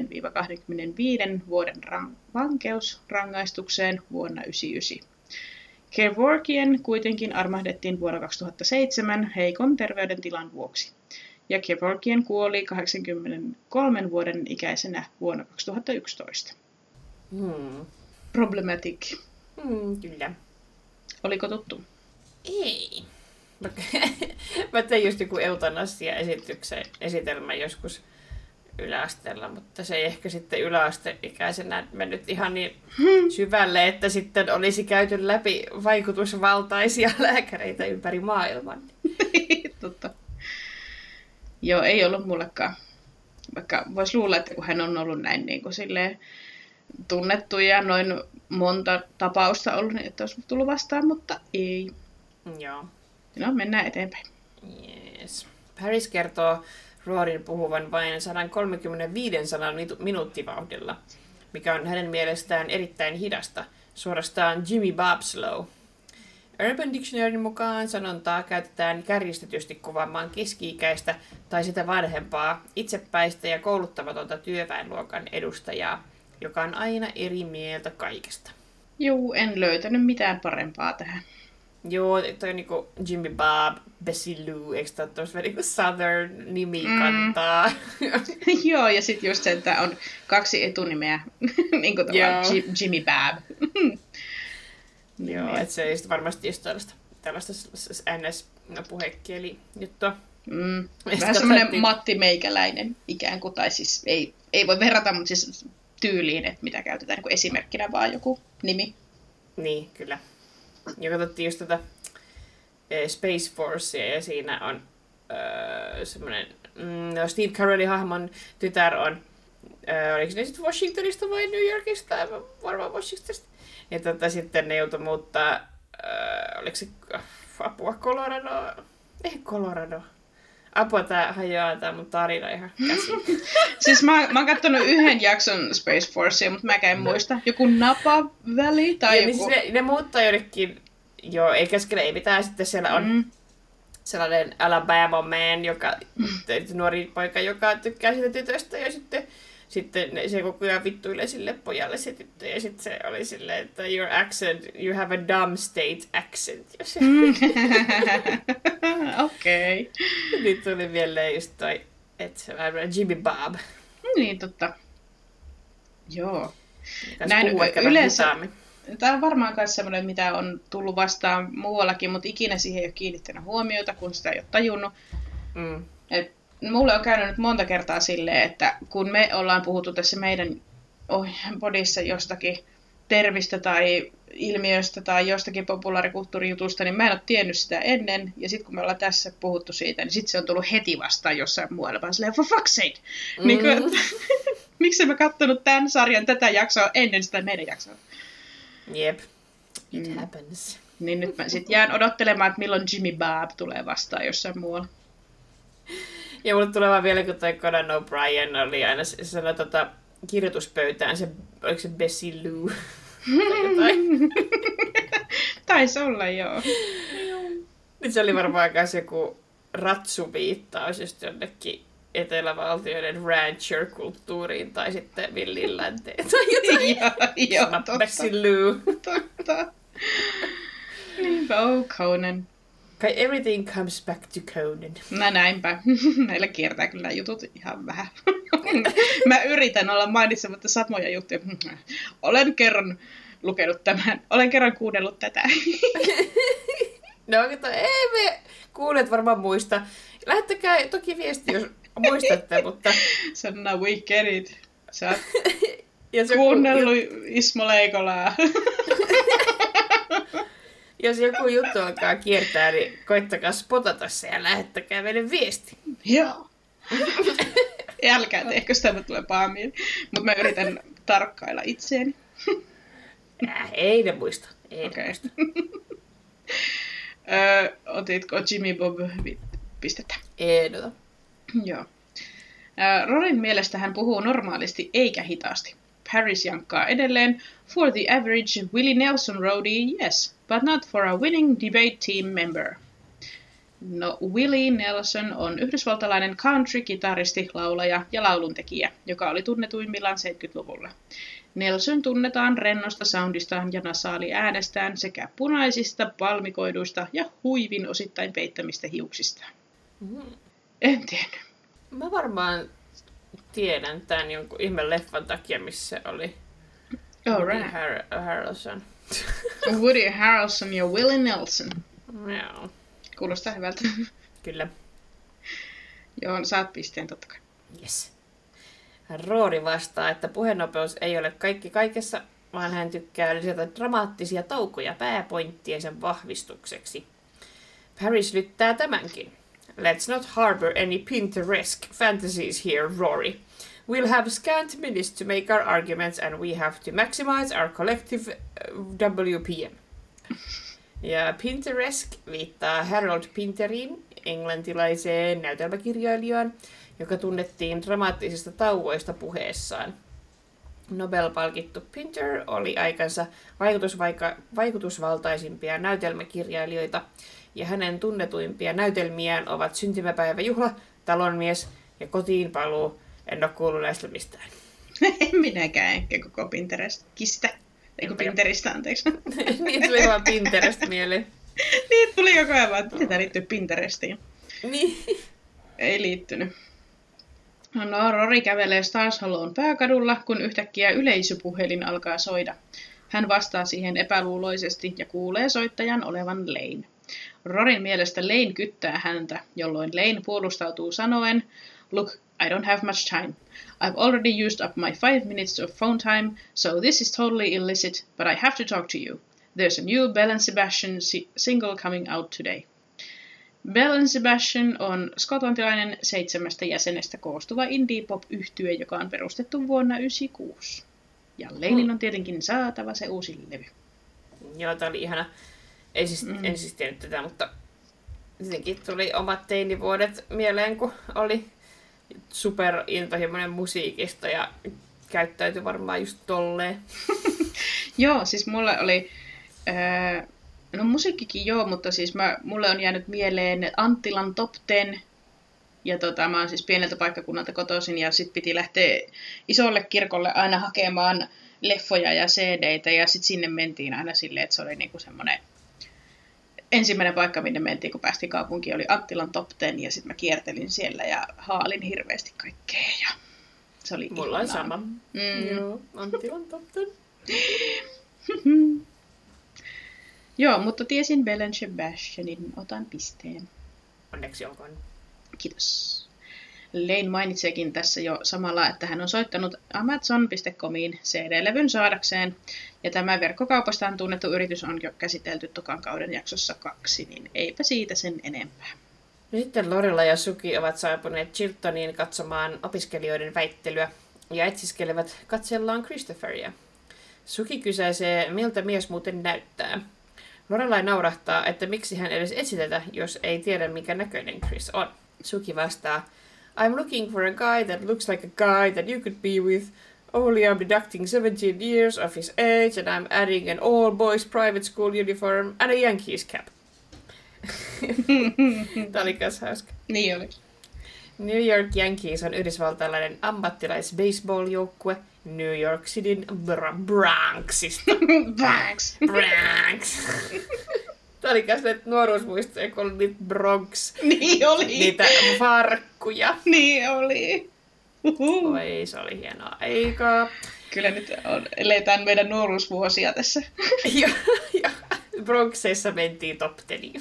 10-25 vuoden vankeusrangaistukseen vuonna 1999. Kevorkian kuitenkin armahdettiin vuonna 2007 heikon terveydentilan vuoksi. Ja Kevorkian kuoli 83 vuoden ikäisenä vuonna 2011. Problematic.
Kyllä.
Oliko tuttu?
Ei. Mä tein just joku eutanasia-esitelmä joskus yläasteella, mutta se ei ehkä sitten yläasteikäisenä mennyt ihan niin syvälle, että sitten olisi käyty läpi vaikutusvaltaisia lääkäreitä ympäri maailman.
Totta. Joo, ei ollut mullekaan. Vaikka voisi luulla, että kun hän on ollut näin niin kuin silleen tunnettu ja noin monta tapausta ollut, niin että olisi tullut vastaan, mutta ei.
Joo.
No, mennään eteenpäin.
Yes. Paris kertoo Roryn puhuvan vain 135 sanan minuuttivauhdilla, mikä on hänen mielestään erittäin hidasta, suorastaan Jimmy Bobslow. Urban Dictionaryn mukaan sanontaa käytetään kärjistetysti kuvaamaan keski-ikäistä tai sitä vanhempaa, itsepäistä ja kouluttamatonta työväenluokan edustajaa, joka on aina eri mieltä kaikesta.
Juu, en löytänyt mitään parempaa tähän.
Joo, toi niinku Jimmy Bob, Bessie Lou, eikö tää ole niinku Southern nimi kantaa?
Joo, ja sitten just se, että on 2 etunimeä, niin kuin Jimmy Bob.
Joo, että se ei varmasti just tällaista NS-puhekieli-juttua.
Vähän semmoinen Matti Meikäläinen ikään kuin, tai siis ei voi verrata, mutta siis tyyliin, että mitä käytetään niin kuin esimerkkinä vaan joku nimi.
Niin, kyllä. Ja katsottiin just tätä Space Forcea, ja siinä on semmoinen Steve Carellin hahmon tytär on, oliko ne sitten Washingtonista vai New Yorkista, varmaan Washingtonista. Ja sitten ne joutui muuttaa, oliko se apua Colorado? Ei Colorado. Apua, tää hajoaa tää mun tarina ihan käsin.
Siis mä oon kattonut 1 jakson Space Forcea, mutta mä en muista. Joku Napa-väli tai
ja,
joku...
Niin siis ne muuttaa jonnekin, joo, ei keskellä ei mitään, sitten siellä on sellainen Alabama man, nuori poika, joka tykkää siitä tytöstä, ja sitten se koko ajan vittuilee sille pojalle se tyttö, ja sitten se oli silleen, että your accent, you have a dumb state accent.
Okei.
Niin tuli mieleen just toi, että se on Jimmy Bob.
Niin, totta. Joo.
Näin yleensä.
Tämä on varmaan myös semmoinen, mitä on tullut vastaan muuallakin, mutta ikinä siihen ei ole kiinnittänyt huomiota, kun sitä ei ole tajunnut. Et mulle on käynyt nyt monta kertaa silleen, että kun me ollaan puhuttu tässä meidän podissa jostakin termistä tai ilmiöstä tai jostakin populaarikulttuurijutusta, niin mä en ole tiennyt sitä ennen. Ja sitten kun me ollaan tässä puhuttu siitä, niin sitten se on tullut heti vastaan jossain muualla. Vaan silleen, for fuck's sake! Niin kuin, miksi mä kattonut tämän sarjan tätä jaksoa ennen sitä meidän jaksoa?
Jep. It happens.
Niin nyt mä sitten jään odottelemaan, että milloin Jimmy Bob tulee vastaan jossain muualla.
Ja mulle tulee vaan vielä, kun toi Conan O'Brien oli aina se sanoi kirjoituspöytään, oliko se Bessie Lou tai jotain.
Taisi olla, joo.
Nyt se oli varmaan myös joku ratsuviittaus just jonnekin etelävaltioiden rancher-kulttuuriin tai sitten villin länteen tai jotain.
Joo, totta.
Bessie Lou.
Totta. Niinpä, Conan.
Everything comes back to Conan.
No näinpä. Meillä kiertää kyllä jutut ihan vähän. Mä yritän olla mainitsematta samoja juttuja. Olen kerran lukenut tämän. Olen kerran kuunnellut tätä.
No ei me kuulet varmaan muista. Lähettäkää toki viesti, jos muistatte, mutta...
Sanna, we get it. Sä oot kuunnellut Ismo Leikolaa.
Jos joku juttu alkaa kiertää, niin koittakaa spotata se ja lähettäkää meille viesti.
Joo. Älkää tehkö sitä, mä tulee pahemmin. Mutta mä yritän tarkkailla itseäni.
Ei ne muista.
Okei. Otitko Jimmy Bob pistettä?
En ota.
Joo. Rorin mielestä hän puhuu normaalisti eikä hitaasti. Paris jankkaa edelleen. For the average Willie Nelson roadie, yes, but not for a winning debate team member. No, Willie Nelson on yhdysvaltalainen country-kitaristi, laulaja ja lauluntekijä, joka oli tunnetuimmillaan 70-luvulla. Nelson tunnetaan rennosta soundistaan ja nasaali-äänestään sekä punaisista, palmikoiduista ja huivin osittain peittämistä hiuksistaan. En tiedä.
Mä varmaan tiedän tämän jonkun ihme leffan takia, missä oli Woody Harrelson.
Woody Harrelson ja Willie Nelson.
Joo.
Kuulostaa hyvältä.
Kyllä.
Joo, saat pisteen totta kai.
Yes. Rory vastaa, että puhenopeus ei ole kaikki kaikessa, vaan hän tykkää lisätä dramaattisia taukoja pääpointtiensa vahvistukseksi. Paris lyttää tämänkin. Let's not harbor any Pinteresque fantasies here, Rory. We'll have scant minutes to make our arguments and we have to maximize our collective WPM. Ja Pinteresque viittaa Harold Pinteriin, englantilaiseen näytelmäkirjailijaan, joka tunnettiin dramaattisista tauoista puheessaan. Nobel-palkittu Pinter oli aikansa vaikutusvaltaisimpia näytelmäkirjailijoita, ja hänen tunnetuimpia näytelmiään ovat Syntymäpäiväjuhla, Talonmies ja Kotiinpaluu. En ole kuullut näistä mistään.
En minäkään, enkä koko Pinterest-kistä. Eikö Pinteristä, anteeksi.
Niin tuli vaan Pinterest mieleen.
Niin tuli koko ajan vaan, että tämä liittyy Pinterestiin.
Niin.
Ei liittynyt. No, Rory kävelee Stars Hollown pääkadulla, kun yhtäkkiä yleisöpuhelin alkaa soida. Hän vastaa siihen epäluuloisesti ja kuulee soittajan olevan Lane. Rorin mielestä Lane kyttää häntä, jolloin Lane puolustautuu sanoen, "Look, I don't have much time. I've already used up my 5 minutes of phone time, so this is totally illicit, but I have to talk to you. There's a new Belle and Sebastian single coming out today." Belle and Sebastian on skotlantilainen 7 jäsenestä koostuva indie-pop-yhtye, joka on perustettu vuonna 1996. Ja Lanein on tietenkin saatava se uusi levy.
Joo, tää oli ihana. En siis tiennyt tätä, mutta jotenkin tuli omat teinivuodet mieleen, kun oli super intohimoinen musiikista ja käyttäytyi varmaan just tolleen.
Joo, siis mulle oli... no musiikkikin joo, mutta siis mulle on jäänyt mieleen Anttilan Top 10. Ja mä oon siis pieneltä paikkakunnalta kotoisin ja sit piti lähteä isolle kirkolle aina hakemaan leffoja ja CD:itä ja sit sinne mentiin aina silleen, että se oli niinku semmonen ensimmäinen paikka, minne mentiin, kun päästiin kaupunkiin, oli Anttilan Top 10 ja sit mä kiertelin siellä ja haalin hirveästi kaikkea ja se oli
mulla on
ihanaa.
sama. Joo, Anttilan Top
10. Joo, mutta tiesin Belle and Sebastianin, otan pisteen.
Onneksi olkoon.
Kiitos. Lane mainitseekin tässä jo samalla, että hän on soittanut Amazon.comiin CD-levyn saadakseen, ja tämä verkkokaupastaan tunnettu yritys on jo käsitelty tokan kauden jaksossa 2, niin eipä siitä sen enempää.
Sitten Lorela ja Suki ovat saapuneet Chiltoniin katsomaan opiskelijoiden väittelyä ja etsiskelevät katsellaan Christopheria. Suki kysäisee, miltä mies muuten näyttää. Lorelai naurahtaa, että miksi hän edes etsitetä, jos ei tiedä, minkä näköinen Chris on. Suki vastaa, I'm looking for a guy that looks like a guy that you could be with, only I'm deducting 17 years of his age and I'm adding an all-boys private school uniform and a Yankees cap. Tämä oli myös hauska.
Niin oli.
New York Yankees on yhdysvaltalainen ammattilais-baseball-joukkue New York Cityn Bronxista. Bronx. Tämä oli myös näitä nuoruusmuistoja, kun oli niitä Bronx.
Niin oli.
Niitä farkkuja.
Niin oli.
Oi, se oli hienoa aikaa.
Kyllä nyt eletään meidän nuoruusvuosia tässä.
Ja Bronxeissa mentiin top 10.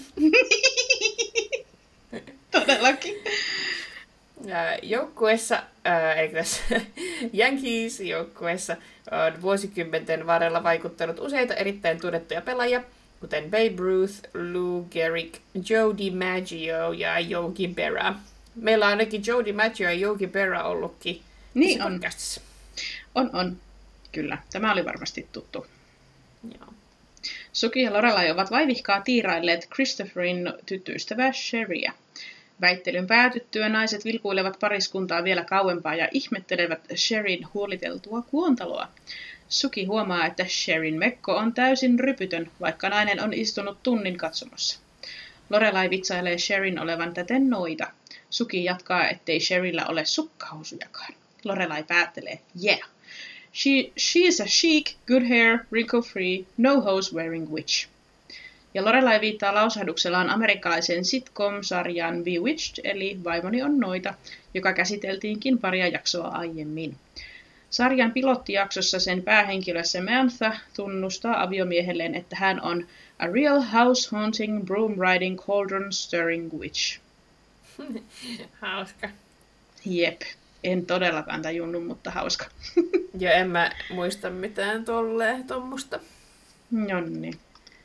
Todellakin.
Joukkueessa, eikö tässä Yankees-joukkueessa on vuosikymmenten varrella vaikuttanut useita erittäin tunnettuja pelaajia, kuten Babe Ruth, Lou Gehrig, Joe DiMaggio ja Yogi Berra. Meillä on ainakin Joe DiMaggio ja Yogi Berra ollutkin
niin on.
podcastissa.
On. Kyllä. Tämä oli varmasti tuttu.
Joo.
Suki ja Lorelai ovat vaivihkaa tiirailleet Christopherin tyttöystävää Sherryä. Väittelyn päätyttyä naiset vilkuilevat pariskuntaa vielä kauempaa ja ihmettelevät Sherryn huoliteltua kuontaloa. Suki huomaa, että Sherryn mekko on täysin rypytön, vaikka nainen on istunut tunnin katsomossa. Lorelai vitsailee Sherryn olevan täten noita. Suki jatkaa, ettei Sherryllä ole sukkahousujakaan. Lorelai päättelee, yeah. She's a chic, good hair, wrinkle-free, no hose wearing witch. Ja Lorelai viittaa lausahduksellaan amerikkalaisen sitcom-sarjan Bewitched, eli Vaimoni on noita, joka käsiteltiinkin paria jaksoa aiemmin. Sarjan pilottijaksossa sen päähenkilö Samantha tunnustaa aviomiehelleen, että hän on a real house-haunting, broom-riding, cauldron-stirring witch.
Hauska.
Jep, en todellakaan tajunnut, mutta hauska.
Ja en mä muista mitään tommosta.
Nonni.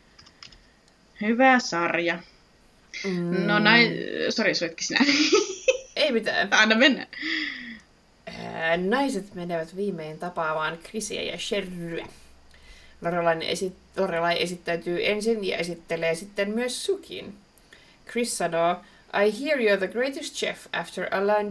Hyvä sarja. No sori, soitkin sinä. Ei
mitään.
Anna mennä.
Naiset menevät viimein tapaamaan Chrisiä ja Sherryä. Lorelai esittäytyy ensin ja esittelee sitten myös Sukin. Chris sanoo, I hear you're the greatest chef after Alain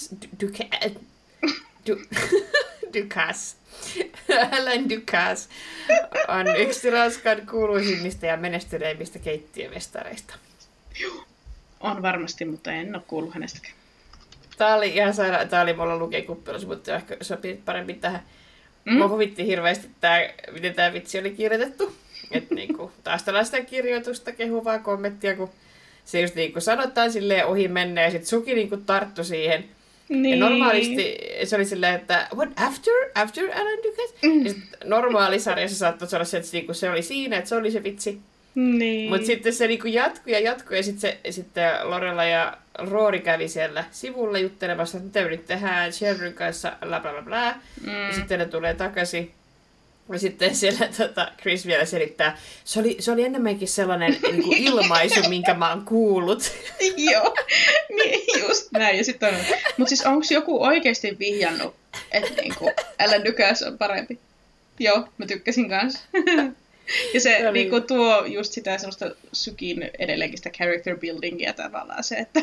Ducasse. Alain Ducasse on yksi Ranskan kuuluisimmista ja menestyneimmistä keittiömestareista.
On varmasti, mutta en ole kuullut hänestäkään.
Tää oli ihan saira... Tää oli mulla lukekuppelussa, mutta ehkä sopii parempi tähän. Mua huvitti hirveästi miten tää vitsi oli kirjoitettu. Että niinku, taas tällaista kirjoitusta kehuvaa kommenttia, kun se just niinku sanotaan silleen ohi mennä ja sit Suki niinku tarttu siihen.
Niin.
Ja normaalisti se oli silleen, että what after Alan Dukas? Ja sit normaalisarjassa saattoi olla se, että niinku, se oli siinä, että se oli se vitsi.
Niin.
Mutta sitten se niinku jatkui ja sitten Lorela ja Rory kävi siellä sivulla juttelemassa, että mitä me nyt tehdään Sherryn kanssa, bla bla bla bla. Ja sitten ne tulee takaisin. Ja sitten siellä Chris vielä selittää, se oli enemmänkin sellainen niinku ilmaisu, minkä mä oon kuullut.
Joo, niin just näin. Ja sitten on, mutta siis onko joku oikeasti vihjannut, että niinku Alan Dukas on parempi? Joo, mä tykkäsin kanssa. Ja se niinku tuo just sitä semmoista Sukin edelleenkin sitä character buildingia tavallaan se, että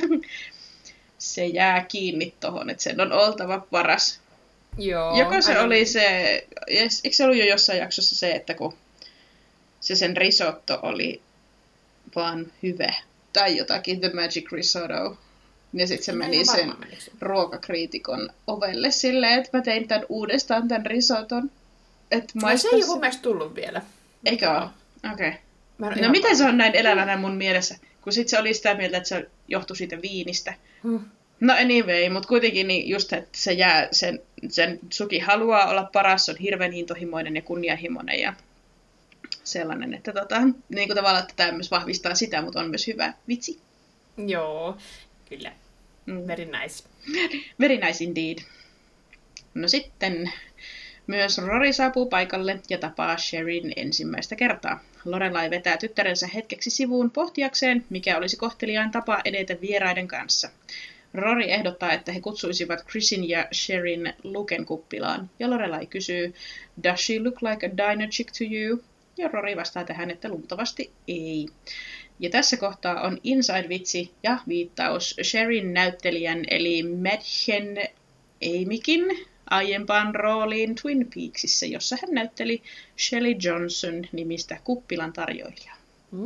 se jää kiinni tohon, että sen on oltava paras.
Joo.
Joko se oli se, eikö se ollut jo jossain jaksossa se, että kun se sen risotto oli vaan hyvä, tai jotakin, the magic risotto, ja sitten se meni sen ruokakriitikon ovelle silleen, että mä tein tämän uudestaan tämän risoton.
No se ei ole mun mielestä tullut vielä.
Eikö ole? Okei. Okay. No miten se on näin elävänä mun mielessä? Kun sit se oli sitä mieltä, että se johtui siitä viinistä. No anyway, mutta kuitenkin niin just, että se jää, sen Suki haluaa olla paras, se on hirveän intohimoinen ja kunnianhimoinen ja sellainen, että niin kuin tavallaan, että tämä myös vahvistaa sitä, mutta on myös hyvä vitsi.
Joo, kyllä. Very nice.
Very nice indeed. No sitten myös Rory saapuu paikalle ja tapaa Sherryn ensimmäistä kertaa. Lorelai vetää tyttärensä hetkeksi sivuun pohtiakseen, mikä olisi kohteliain tapa edetä vieraiden kanssa. Rory ehdottaa, että he kutsuisivat Chrisin ja Sherryn Luken kuppilaan, ja Lorelai kysyy, "Does she look like a diner chick to you?" Ja Rory vastaa tähän, että luultavasti ei. Ja tässä kohtaa on inside-vitsi ja viittaus Sherryn näyttelijän eli Madhen Amikin aiempaan rooliin Twin Peaksissa, jossa hän näytteli Shelley Johnson-nimistä kuppilan tarjoilijaa.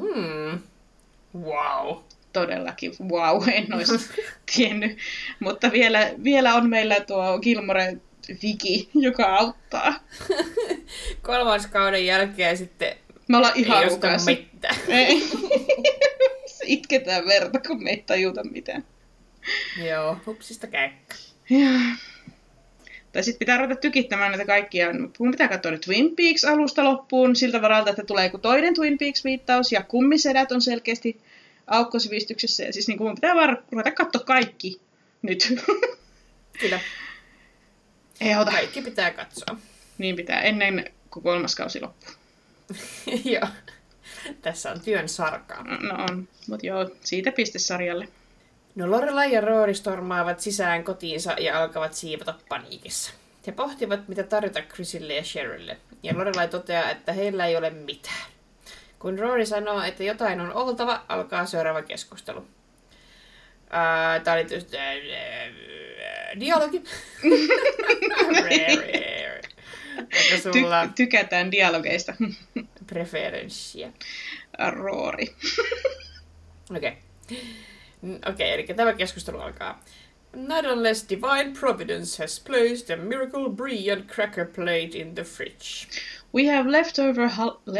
Wow.
Todellakin, wow, en olisi tiennyt. Mutta vielä on meillä tuo Gilmore Viki, joka auttaa.
3. kauden jälkeen sitten
me ollaan ihan
ei jostain mitään.
Itketään verta, kun me ei tajuta mitään.
Joo, hupsista käykkä.
Tai sitten pitää ruveta tykittämään näitä kaikkia. Mun pitää katsoa nyt Twin Peaks alusta loppuun siltä varalta, että tulee joku toinen Twin Peaks-viittaus. Ja kummisedät on selkeästi aukkosivistyksessä. Ja siis niin mun pitää vaan ruveta katsoa kaikki nyt.
Kyllä.
Ei auta.
Kaikki pitää katsoa.
Niin pitää, ennen kuin 3. kausi loppuu.
Joo. Tässä on työn sarkaa.
No on, mutta joo, siitä piste sarjalle.
No Lorelai ja Rory stormaavat sisään kotiinsa ja alkavat siivota paniikissa. He pohtivat, mitä tarjota Chrisille ja Sherrylle. Ja Lorelai toteaa, että heillä ei ole mitään. Kun Rory sanoo, että jotain on oltava, alkaa seuraava keskustelu. Tää oli tietysti dialogi.
Tykätään dialogeista.
Preferenssia.
Rory.
Okei, eli tämä keskustelu alkaa. Not unless divine providence has placed a miracle brie and cracker plate in the fridge.
We have leftover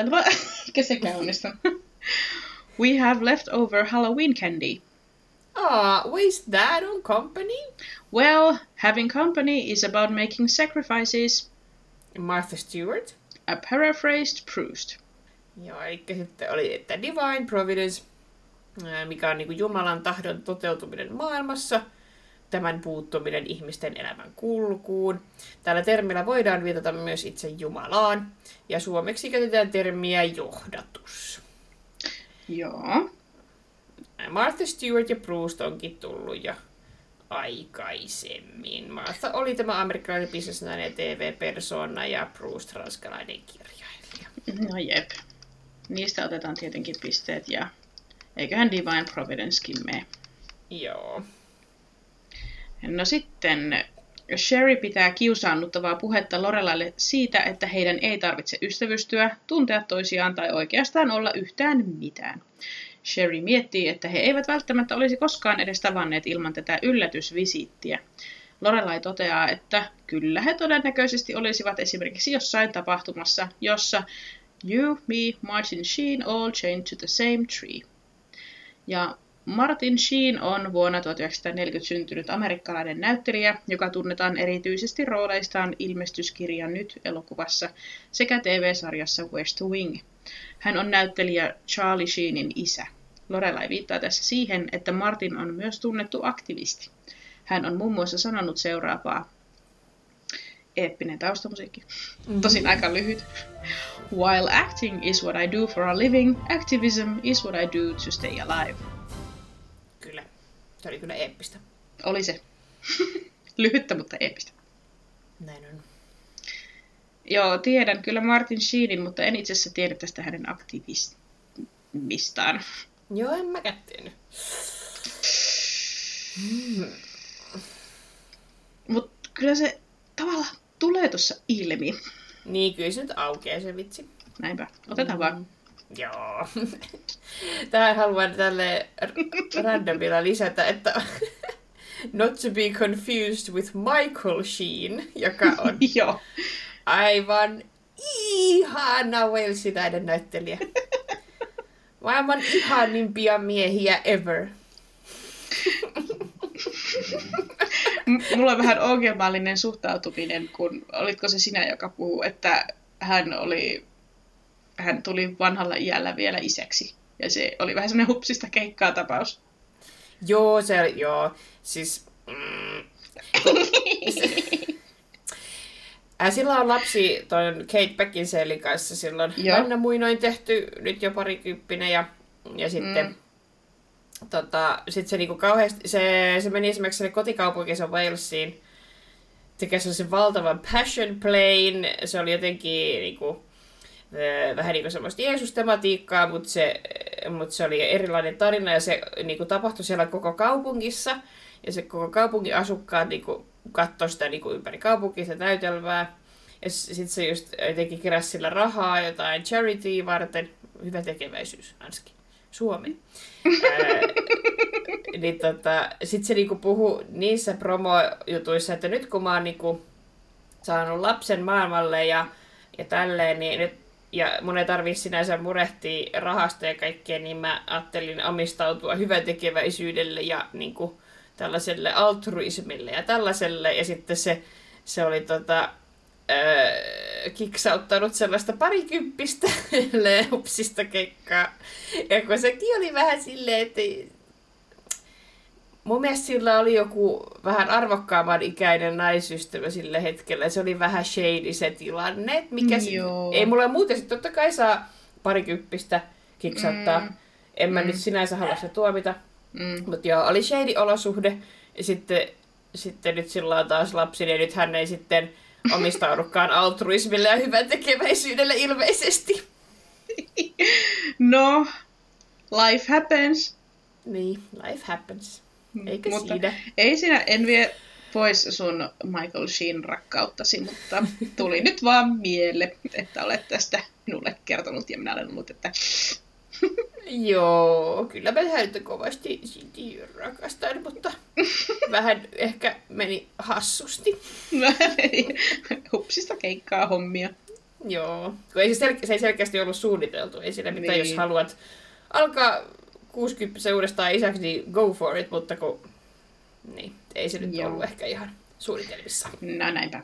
We have leftover Halloween candy.
Waste that on company?
Well, having company is about making sacrifices.
Martha Stewart.
A paraphrased Proust.
Joo, eli sitten oli, että divine providence, mikä on niin kuin Jumalan tahdon toteutuminen maailmassa, tämän puuttuminen ihmisten elämän kulkuun. Tällä termillä voidaan viitata myös itse Jumalaan, ja suomeksi käytetään termiä johdatus.
Joo.
Martha Stewart ja Proust onkin tullut jo aikaisemmin. Martha oli tämä amerikkalainen bisnesnainen ja TV-persona ja Proust ranskalainen kirjailija.
No jep. Niistä otetaan tietenkin pisteet ja eiköhän Divine Providencekin mene.
Joo.
No sitten Sherry pitää kiusaannuttavaa puhetta Lorelaille siitä, että heidän ei tarvitse ystävystyä, tuntea toisiaan tai oikeastaan olla yhtään mitään. Sherry miettii, että he eivät välttämättä olisi koskaan edes tavanneet ilman tätä yllätysvisiittiä. Lorelai toteaa, että kyllä he todennäköisesti olisivat esimerkiksi jossain tapahtumassa, jossa You, me, Martin Sheen all chained to the same tree. Ja Martin Sheen on vuonna 1940 syntynyt amerikkalainen näyttelijä, joka tunnetaan erityisesti rooleistaan ilmestyskirja Nyt-elokuvassa sekä TV-sarjassa West Wing. Hän on näyttelijä Charlie Sheenin isä. Lorelai viittaa tässä siihen, että Martin on myös tunnettu aktivisti. Hän on muun muassa sanonut seuraavaa. Eeppinen taustamusiikki. Tosin aika lyhyt. While acting is what I do for a living, activism is what I do to stay alive.
Kyllä. Se oli kyllä eeppistä.
Oli se. Lyhyttä, mutta eeppistä.
Näin on.
Joo, tiedän kyllä Martin Sheenin, mutta en itse asiassa tiedä tästä hänen aktivismistaan.
Joo, en mäkään tiennyt.
Mutta kyllä se tavallaan tulee tuossa ilmi.
Niin, kyllä se nyt aukeaa se vitsi.
Näinpä. Otetaan vaan.
Joo. Tähän haluan tälle randomilla lisätä, että not to be confused with Michael Sheen, joka on
Joo.
aivan ihana walesilainen näyttelijä. Maailman ihanimpia miehiä ever.
Mulla on vähän ongelmallinen suhtautuminen, kun olitko se sinä, joka puhuu, että hän tuli vanhalla iällä vielä isäksi. Ja se oli vähän semmoinen hupsista keikkaa tapaus.
Joo, se oli, joo. Siis... Sillä on lapsi ton Kate Beckinsalein kanssa silloin Anna muinoin tehty, nyt jo parikymppinen, ja sitten... sit se niinku kauheasti, se meni esimerkiksi sinne kotikaupunkinsa Walesiin, teki sellaisen valtavan passion playn, se oli jotenkin niinku, vähän niinku semmoista Jeesus-tematiikkaa, mutta se oli erilainen tarina ja se niinku tapahtui siellä koko kaupungissa ja se koko kaupungin asukkaat niinku katsoi sitä niinku ympäri kaupunkia sitä näytelmää ja sitten se just jotenkin keräsi sillä rahaa jotain charity varten, hyvä tekeväisyys, Anski. Suomi. Niin sit se niinku puhui niissä promojutuissa, että nyt kun mä oon niinku saanut lapsen maailmalle ja tälleen, niin nyt, ja mun ei tarvii sinänsä murehtia rahasta ja kaikkea, niin mä ajattelin omistautua hyväntekeväisyydelle ja niinku tällaiselle altruismille ja tällaiselle, ja sitten se oli kiksauttanut sellaista parikymppistä hupsista keikkaa. Ja kun sekin oli vähän silleen, että mun mielestä sillä oli joku vähän arvokkaamman ikäinen naisystävä sillä hetkellä. Se oli vähän shady se tilanne. Mikä ei mulla muuten sitten totta kai saa parikymppistä kiksauttaa. En mä nyt sinänsä halua se tuomita. Mutta joo, oli shady olosuhde. Ja sitten nyt sillä on taas lapsi, ja nyt hän ei sitten omistaudukaan altruismille ja hyväntekeväisyydelle ilmeisesti.
No, life happens.
Niin, life happens. Eikä
mutta
siinä.
Ei siinä, en vie pois sun Michael Sheen rakkauttasi, mutta tuli nyt vaan miele, että olet tästä minulle kertonut ja minä olen ollut, että...
Joo, kyllä mä häntä kovasti rakastan, mutta vähän ehkä meni hassusti.
Vähän meni hupsista keikkaa hommia.
Joo, kun ei se ei selkeästi ollut suunniteltu, ei sillä mitään, jos haluat alkaa 60 uudestaan isäksi, niin go for it, mutta kun niin, ei se nyt ollut ehkä ihan suunnitelmissa.
No näinpä.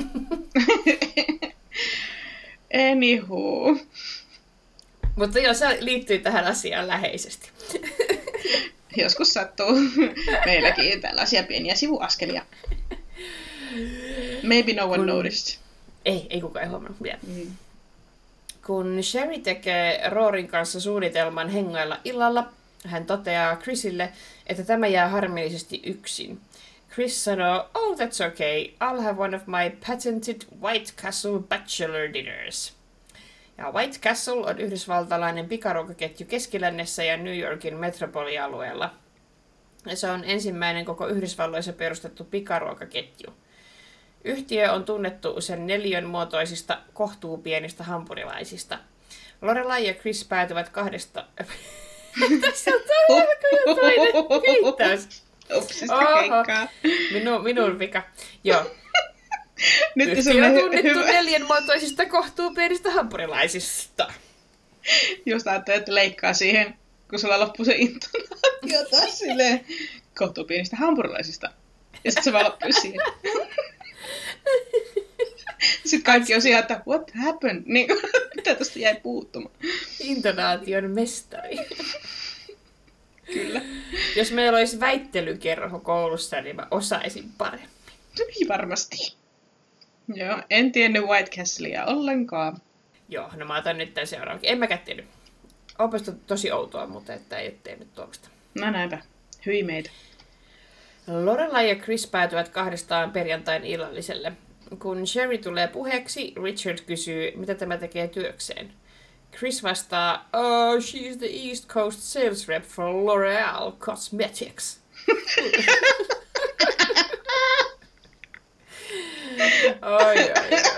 Anywho.
Mutta joo, se liittyy tähän asiaan läheisesti.
Joskus sattuu meilläkin tällaisia pieniä sivuaskelia. Maybe no one noticed.
Ei kukaan huomannut vielä. Kun Sherry tekee Roorin kanssa suunnitelman hengailla illalla, hän toteaa Chrisille, että tämä jää harmillisesti yksin. Chris sanoo, oh that's okay, I'll have one of my patented White Castle bachelor dinners. Ja White Castle on yhdysvaltalainen pikaruokaketju Keskilännessä ja New Yorkin metropolialueella. Ja se on ensimmäinen koko Yhdysvalloissa perustettu pikaruokaketju. Yhtiö on tunnettu sen neliön muotoisista kohtuupienistä hampurilaisista. Lorelai ja Chris päätyvät Tässä on jo toinen viittaus.
Upsista keikkaa.
Minun vika. Joo.
Nyt
Yhtiö on tunnettu 4-muotoisista kohtuupienistä hampurilaisista.
Just ajattelin, että leikkaa siihen, kun sulla loppuu se intonaatio taas silleen kohtuupienistä hampurilaisista. Ja sitten se vaan loppuu siihen. Sitten kaikki on siihen, että what happened? Niin, mitä tästä jäi puuttumaan?
Intonaation mestari.
Kyllä.
Jos meillä olisi väittelykerho koulussa, niin mä osaisin paremmin.
Varmasti. Joo, en tiennyt White Castlea ollenkaan.
Joo, no mä otan nyt tämän seuraavaksi. En mäkään tiennyt. Opasta tosi outoa, mutta että ei ole tehnyt tuosta.
No näinpä. Hyi meitä.
Lorelai ja Chris päätyvät kahdestaan perjantain illalliselle. Kun Sherry tulee puheeksi, Richard kysyy, mitä tämä tekee työkseen. Chris vastaa, oh, she's the East Coast sales rep for L'Oreal Cosmetics. Oi.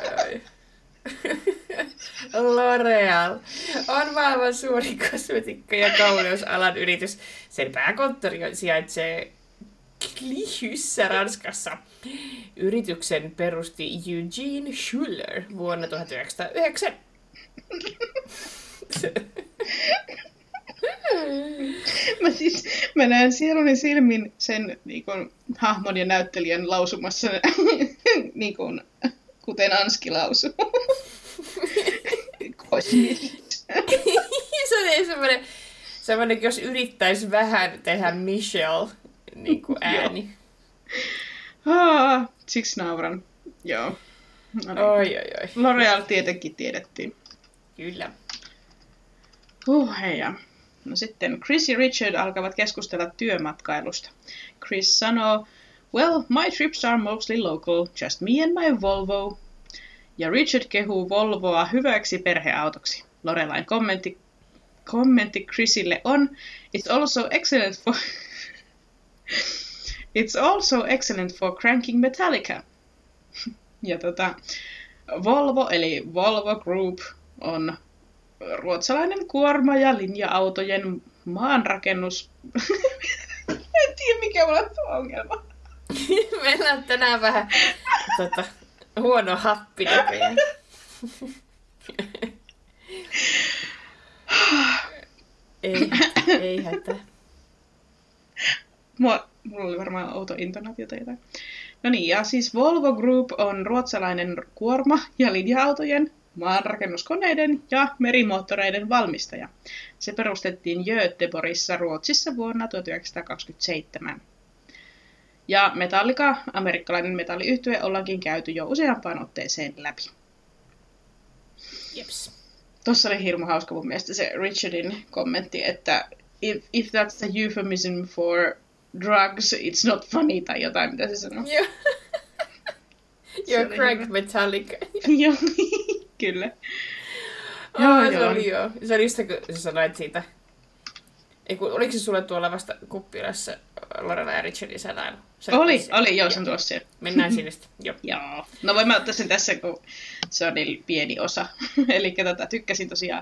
L'Oreal on maailman suurin kosmetiikka- ja kauneusalan yritys. Sen pääkonttori sijaitsee Clichyssä, Ranskassa. Yrityksen perusti Eugene Schuller vuonna 1909.
Mä näen sieluni silmin sen niin kun, hahmon ja näyttelijän lausumassa, niin kun, kuten Anski lausuu.
Se on semmoinen, jos yrittäisi vähän tehdä Michelle niin kuin ääni.
Siksi nauran. Joo. No niin.
Oi.
L'Oreal tietenkin tiedettiin.
Kyllä.
Heija. No sitten Chris ja Richard alkavat keskustella työmatkailusta. Chris sanoo, well, my trips are mostly local, just me and my Volvo. Ja Richard kehuu Volvoa hyväksi perheautoksi. Lorelain kommentti Chrisille on, it's also excellent for cranking Metallica. Ja Volvo, eli Volvo Group, on ruotsalainen kuorma- ja linja-autojen maanrakennus... En tiedä, mikä on ongelma.
Meillä on tänään vähän huono happi näköjään. Ei hätää.
Mulla oli varmaan outo intonaatio tai jotain. No niin, ja siis Volvo Group on ruotsalainen kuorma- ja linja-autojen, maanrakennuskoneiden ja merimoottoreiden valmistaja. Se perustettiin Göteborgissa, Ruotsissa vuonna 1927. Ja Metallica, amerikkalainen metalliyhtye, ollaankin käyty jo useampaan otteeseen läpi.
Jeps.
Tuossa oli hirmu hauska mun mielestä se Richardin kommentti, että if that's a euphemism for drugs, it's not funny, tai jotain, mitä se sanoo.
You're crank Metallica.
Joo, kyllä.
Se oli just kun sä sanoit siitä. Oliko se sulle tuolla vasta kuppilassa Lorelai ja Richardin sanailu?
Oli, joo, se on tulossa siellä.
Mennään sinne sitten,
Joo. No voin mä ottaa sen tässä, kun se on niin pieni osa. Eli tykkäsin tosiaan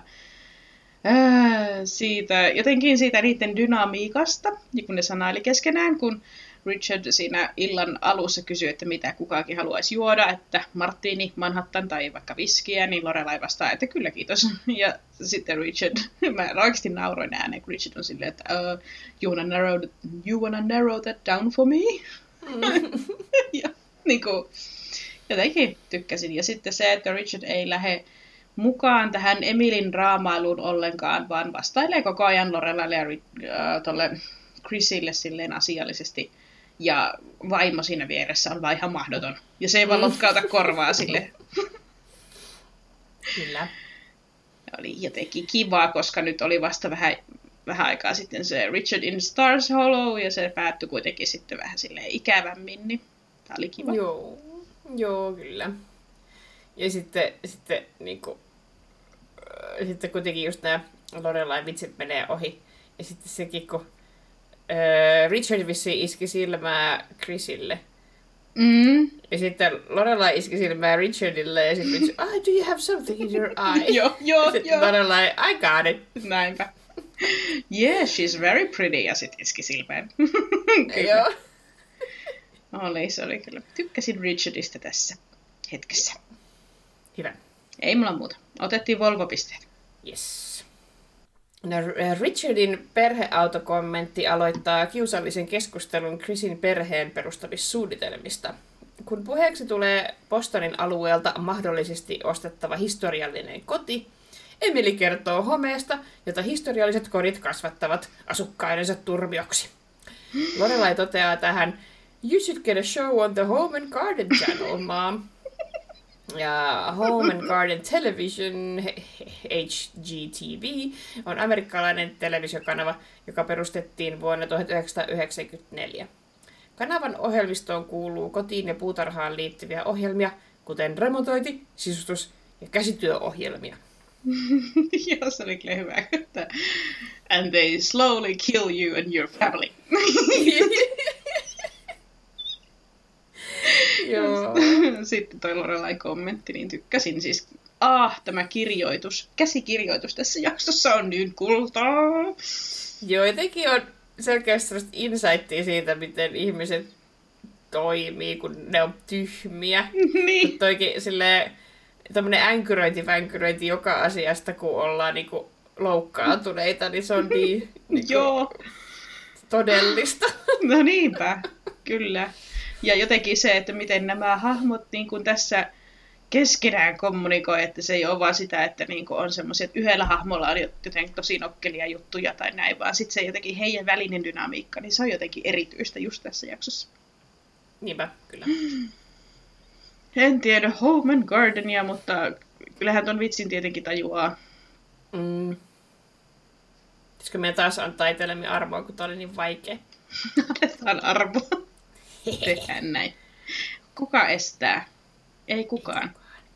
jotenkin siitä niiden dynamiikasta, kun ne sanaili keskenään, kun Richard siinä illan alussa kysyi, että mitä kukakin haluaisi juoda, että martini, Manhattan tai vaikka viskiä, niin Lorelai vastaa, että kyllä kiitos. Ja sitten Richard, mä oikeasti nauroin ääneen, kun Richard on silleen, että you wanna narrow that down for me? Ja niin kuin, jotenkin tykkäsin. Ja sitten se, että Richard ei lähde mukaan tähän Emilin draamailuun ollenkaan, vaan vastailee koko ajan Lorelaille ja tolle Chrisille silleen asiallisesti. Ja vaimo siinä vieressä on vaan ihan mahdoton. Ja se ei vaan lotkauta korvaa sille.
Kyllä.
Oli jotenkin kivaa, koska nyt oli vasta vähän aikaa sitten se Richard in Stars Hollow, ja se päättyi kuitenkin sitten vähän silleen ikävämmin, niin tää oli kiva.
Joo, kyllä. Ja sitten niinku, sitten kuitenkin just nämä Lorelain vitsit menee ohi. Ja sitten sekin, kun Richard vissiin iski silmää Chrisille. Ja sitten Lorelai iski silmää Richardille ja sitten Richard, do you have something in your eye?
Joo.
Sitten Lorelai, I got it.
Näinpä. Yeah, she's very pretty, ja sit iski silmään.
Joo.
Se oli kyllä. Tykkäsin Richardista tässä hetkessä.
Hyvä.
Ei mulla muuta. Otettiin Volvo-pisteet.
Yes. No, Richardin perheautokommentti aloittaa kiusallisen keskustelun Chrisin perheen perustamissuunnitelmista. Kun puheeksi tulee Bostonin alueelta mahdollisesti ostettava historiallinen koti, Emily kertoo homeesta, jota historialliset kodit kasvattavat asukkaidensa turmioksi. Lorelai toteaa tähän, "You should get a show on the Home and Garden Channel, Mom." Ja Home and Garden Television, HGTV, on amerikkalainen televisiokanava, joka perustettiin vuonna 1994. Kanavan ohjelmistoon kuuluu kotiin ja puutarhaan liittyviä ohjelmia, kuten remontointi, sisustus ja käsityöohjelmia.
Joo, se oli kyllä hyvä. And they slowly kill you and your family.
Joo.
Sitten toi Lorelai kommentti, niin tykkäsin siis. Tämä kirjoitus, käsikirjoitus tässä jaksossa on niin kultaa.
Joo, jotenkin on selkeästi sellaista insightia siitä, miten ihmiset toimii, kun ne on tyhmiä.
Niin.
Toikin silleen, tämmönen änkyröinti joka asiasta, kun ollaan niinku loukkaantuneita, niin se on niin niinku
Joo.
todellista.
No niinpä, kyllä. Ja jotenkin se, että miten nämä hahmot niin kuin tässä keskenään kommunikoi, että se ei ole vaan sitä, että niin kuin on semmoisia, että yhdellä hahmolla on jotenkin tosi nokkelia juttuja tai näin, vaan sitten se jotenkin heidän välinen dynamiikka, niin se on jotenkin erityistä just tässä jaksossa.
Niinpä, kyllä.
En tiedä Home and Gardenia, mutta kyllähän ton vitsin tietenkin tajuaa.
Pitäisikö meidän taas antaa itsellemme arvoa, kun tää oli niin vaikea?
Annetaan arvoa. Tehdään näin. Kuka estää? Ei kukaan.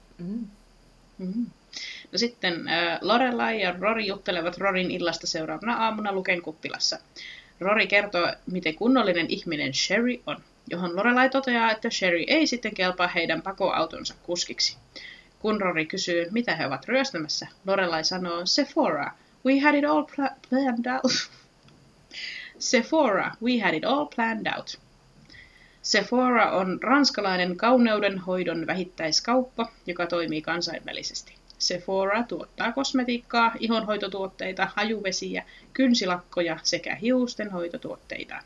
No sitten Lorelai ja Rory juttelevat Rorin illasta seuraavana aamuna Luken kuppilassa. Rory kertoo, miten kunnollinen ihminen Sherry on, johon Lorelai toteaa, että Sherry ei sitten kelpaa heidän pakoautonsa kuskiksi. Kun Rory kysyy, mitä he ovat ryöstämässä, Lorelai sanoo, Sephora, we had it all planned out. Sephora, we had it all planned out. Sephora on ranskalainen kauneudenhoidon vähittäiskauppa, joka toimii kansainvälisesti. Sephora tuottaa kosmetiikkaa, ihonhoitotuotteita, hajuvesiä, kynsilakkoja sekä hiustenhoitotuotteita.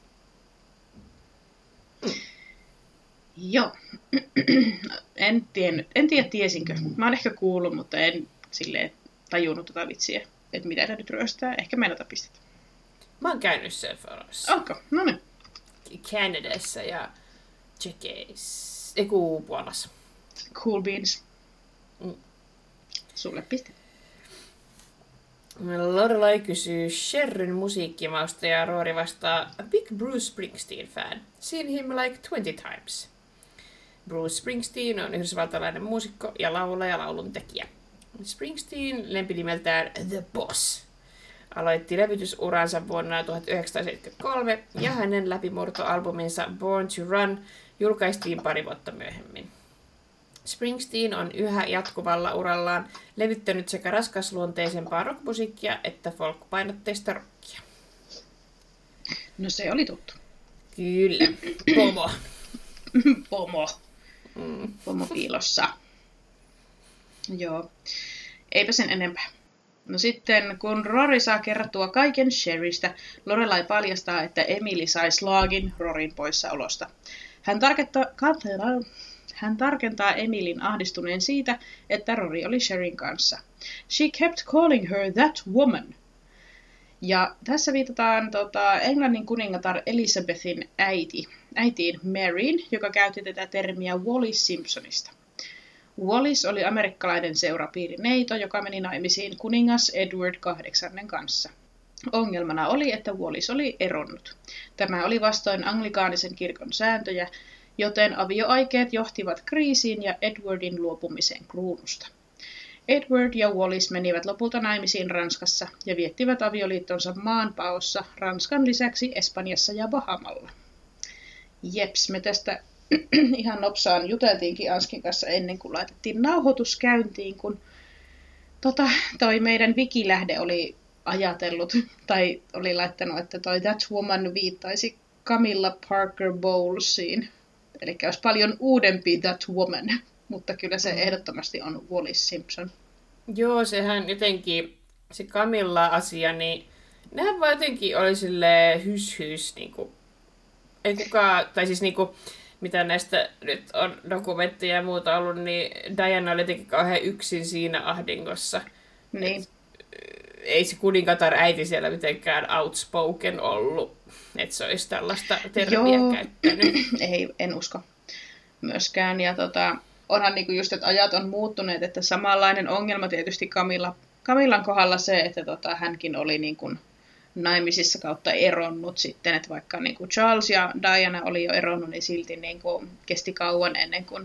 Joo. En tiedä tiesinkö. Mä oon ehkä kuullut, mutta en silleen tajunnut tota vitsiä, että mitä ne nyt ryöstää. Ehkä meillä pistettä.
Mä oon käynyt Sephorassa.
Onko? No niin.
Canadassa ja Tsekeissa. Puolassa.
Cool beans. Sulle piste.
Lorelai kysyy Sherryn musiikkimausta ja Rory vastaa a big Bruce Springsteen fan. Seen him like 20 times. Bruce Springsteen on yhdysvaltalainen muusikko ja laulaja lauluntekijä. Springsteen lempinimeltään The Boss aloitti levytysuransa vuonna 1973 ja hänen läpimurtoalbuminsa Born to Run julkaistiin pari vuotta myöhemmin. Springsteen on yhä jatkuvalla urallaan levyttänyt sekä raskasluonteisempaa rockmusiikkia että folkpainotteista rockia.
No se oli tuttu.
Kyllä. Pomo.
Pomo. Pomo piilossa. Joo. Eipä sen enempää. No sitten, kun Rory saa kerrottua kaiken Sherrystä, Lorelai paljastaa, että Emily sai slaagin Rorin poissaolosta. Hän tarkentaa Emilyn ahdistuneen siitä, että Rory oli Sherryn kanssa. She kept calling her that woman. Ja tässä viitataan Englannin kuningatar Elizabethin äitiin Maryin, joka käytti tätä termiä Wallis Simpsonista. Wallis oli amerikkalainen seurapiirineito, joka meni naimisiin kuningas Edward VIII kanssa. Ongelmana oli, että Wallis oli eronnut. Tämä oli vastoin anglikaanisen kirkon sääntöjä, joten avioaikeet johtivat kriisiin ja Edwardin luopumiseen kruunusta. Edward ja Wallis menivät lopulta naimisiin Ranskassa ja viettivät avioliittonsa maanpaossa Ranskan lisäksi Espanjassa ja Bahamalla. Jeps, me tästä ihan nopsaan juteltiinkin Anskin kanssa ennen kuin laitettiin nauhoitus käyntiin, kun toi meidän wikilähde oli ajatellut, tai oli laittanut, että toi That Woman viittaisi Camilla Parker Bowlesiin. Eli olisi paljon uudempi That Woman, mutta kyllä se ehdottomasti on Wallis Simpson.
Joo, sehän jotenkin, se Camilla-asia, niin nehän vaan jotenkin oli silleen hys, niinku, ei kukaan, tai siis niinku, mitä näistä nyt on dokumentteja ja muuta ollut, niin Diana oli jotenkin kauhean yksin siinä ahdingossa.
Niin.
Ei se kuningatar äiti siellä mitenkään outspoken ollut, että se olisi tällaista termiä käyttänyt.
Ei, en usko myöskään. Ja onhan niinku just, että ajat on muuttuneet, että samanlainen ongelma tietysti Camillan kohdalla se, että hänkin oli niinku naimisissa kautta eronnut sitten, että vaikka niinku Charles ja Diana oli jo eronnut, niin silti niinku kesti kauan ennen kuin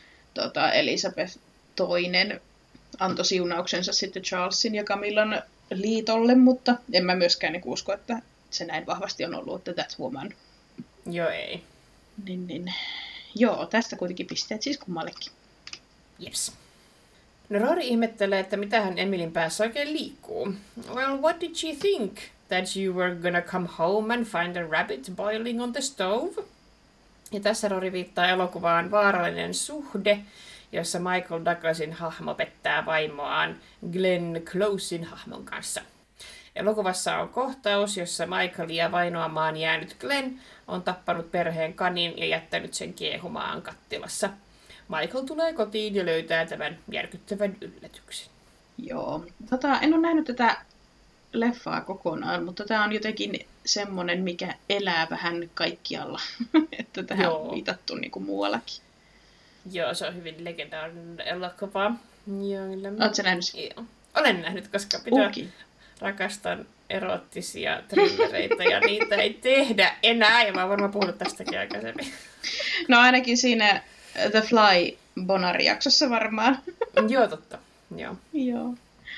Elizabeth II antoi siunauksensa sitten Charlesin ja Camillan liitolle, mutta en mä myöskään niinku usko, että se näin vahvasti on ollut, että That Woman.
Joo, ei.
Niin. Joo, tästä kuitenkin pisteet siis kummallekin.
Jeps. No Rory ihmettelee, että mitähän Emilyn päässä oikein liikkuu. Well, what did she think? That you were gonna come home and find a rabbit boiling on the stove? Ja tässä Rory viittaa elokuvaan Vaarallinen suhde, jossa Michael Douglasin hahmo pettää vaimoaan Glenn Closein hahmon kanssa. Elokuvassa on kohtaus, jossa Michaelia vainoamaan jäänyt Glenn on tappanut perheen kanin ja jättänyt sen kiehumaan kattilassa. Michael tulee kotiin ja löytää tämän järkyttävän yllätyksen.
Joo. En ole nähnyt tätä leffaa kokonaan, mutta tämä on jotenkin semmoinen, mikä elää vähän kaikkialla. Että tähän on viitattu niin kuin muuallakin.
Joo, se on hyvin legendaarinen elokuva.
Oletko sä nähnyt sen?
Joo. Olen nähnyt, koska rakastan eroottisia thrillereitä ja niitä ei tehdä enää. Ja mä oon varmaan puhunut tästäkin aikaisemmin.
No ainakin siinä The Fly Bonari-jaksossa varmaan.
Joo, totta. Joo.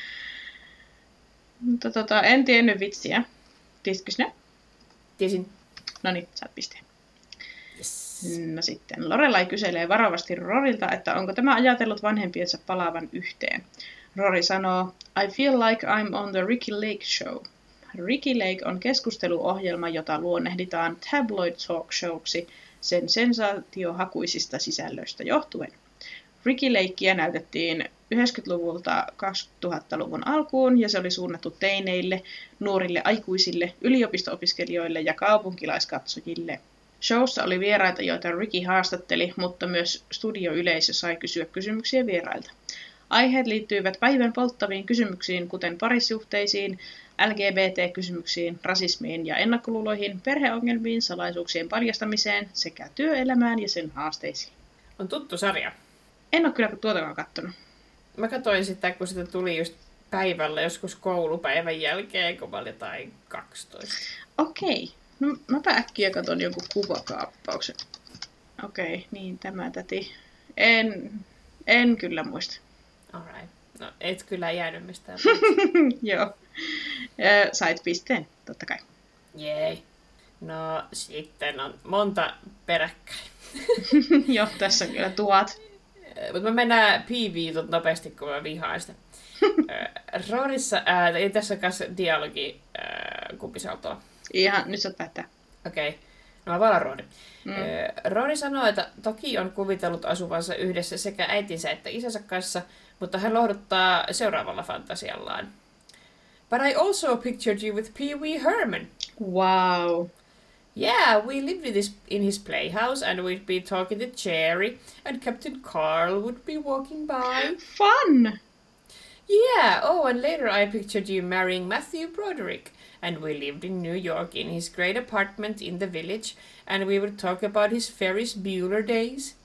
Mutta en tiennyt vitsiä. Tiesitkö sinä?
Tiesin.
Noniin, saat pisteen.
Yes.
No sitten Lorelai kyselee varovasti Rorilta, että onko tämä ajatellut vanhempiensa palaavan yhteen. Rory sanoo, I feel like I'm on the Ricky Lake Show. Ricky Lake on keskusteluohjelma, jota luonnehditaan tabloid talk showksi sen sensaatiohakuisista sisällöistä johtuen. Ricky Lakea näytettiin 90-luvulta 2000-luvun alkuun ja se oli suunnattu teineille, nuorille aikuisille, yliopisto-opiskelijoille ja kaupunkilaiskatsojille. Showssa oli vieraita, joita Ricky haastatteli, mutta myös studioyleisö sai kysyä kysymyksiä vierailta. Aiheet liittyivät päivän polttaviin kysymyksiin, kuten parisuhteisiin, LGBT-kysymyksiin, rasismiin ja ennakkoluuloihin, perheongelmiin, salaisuuksien paljastamiseen sekä työelämään ja sen haasteisiin.
On tuttu sarja.
En ole kyllä tuotakaan kattonut.
Mä katsoin sitä, kun sitä tuli just päivällä joskus koulupäivän jälkeen, kun mä olin jotain 12.
Okei. No mäpä äkkiä katon jonkun kuvakaappauksen. Okei, niin tämä täti. En kyllä muista.
Alright. No et kyllä jäänyt mistään.
Joo. Sait pisteen, totta kai.
Jei. No sitten on monta peräkkäin.
Joo, tässä on kyllä 1000.
Mutta mä mennään PV nopeasti, kun mä vihaan sitä. Rorissa, ei tässä kanssa dialogi, kumpi se on.
Ihan, nyt saat päättää.
Okei. No mä vaan Rory. Rory sanoo, että toki on kuvitellut asuvansa yhdessä sekä äitinsä että isänsä kanssa, mutta hän lohduttaa seuraavalla fantasiallaan. But I also pictured you with Pee Wee Herman.
Wow.
Yeah, we lived in his playhouse and we'd be talking to Cherry and Captain Carl would be walking by.
Fun!
Yeah, oh, and later I pictured you marrying Matthew Broderick. And we lived in New York in his great apartment in the village, and we would talk about his Ferris Bueller days.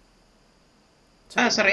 Sorry.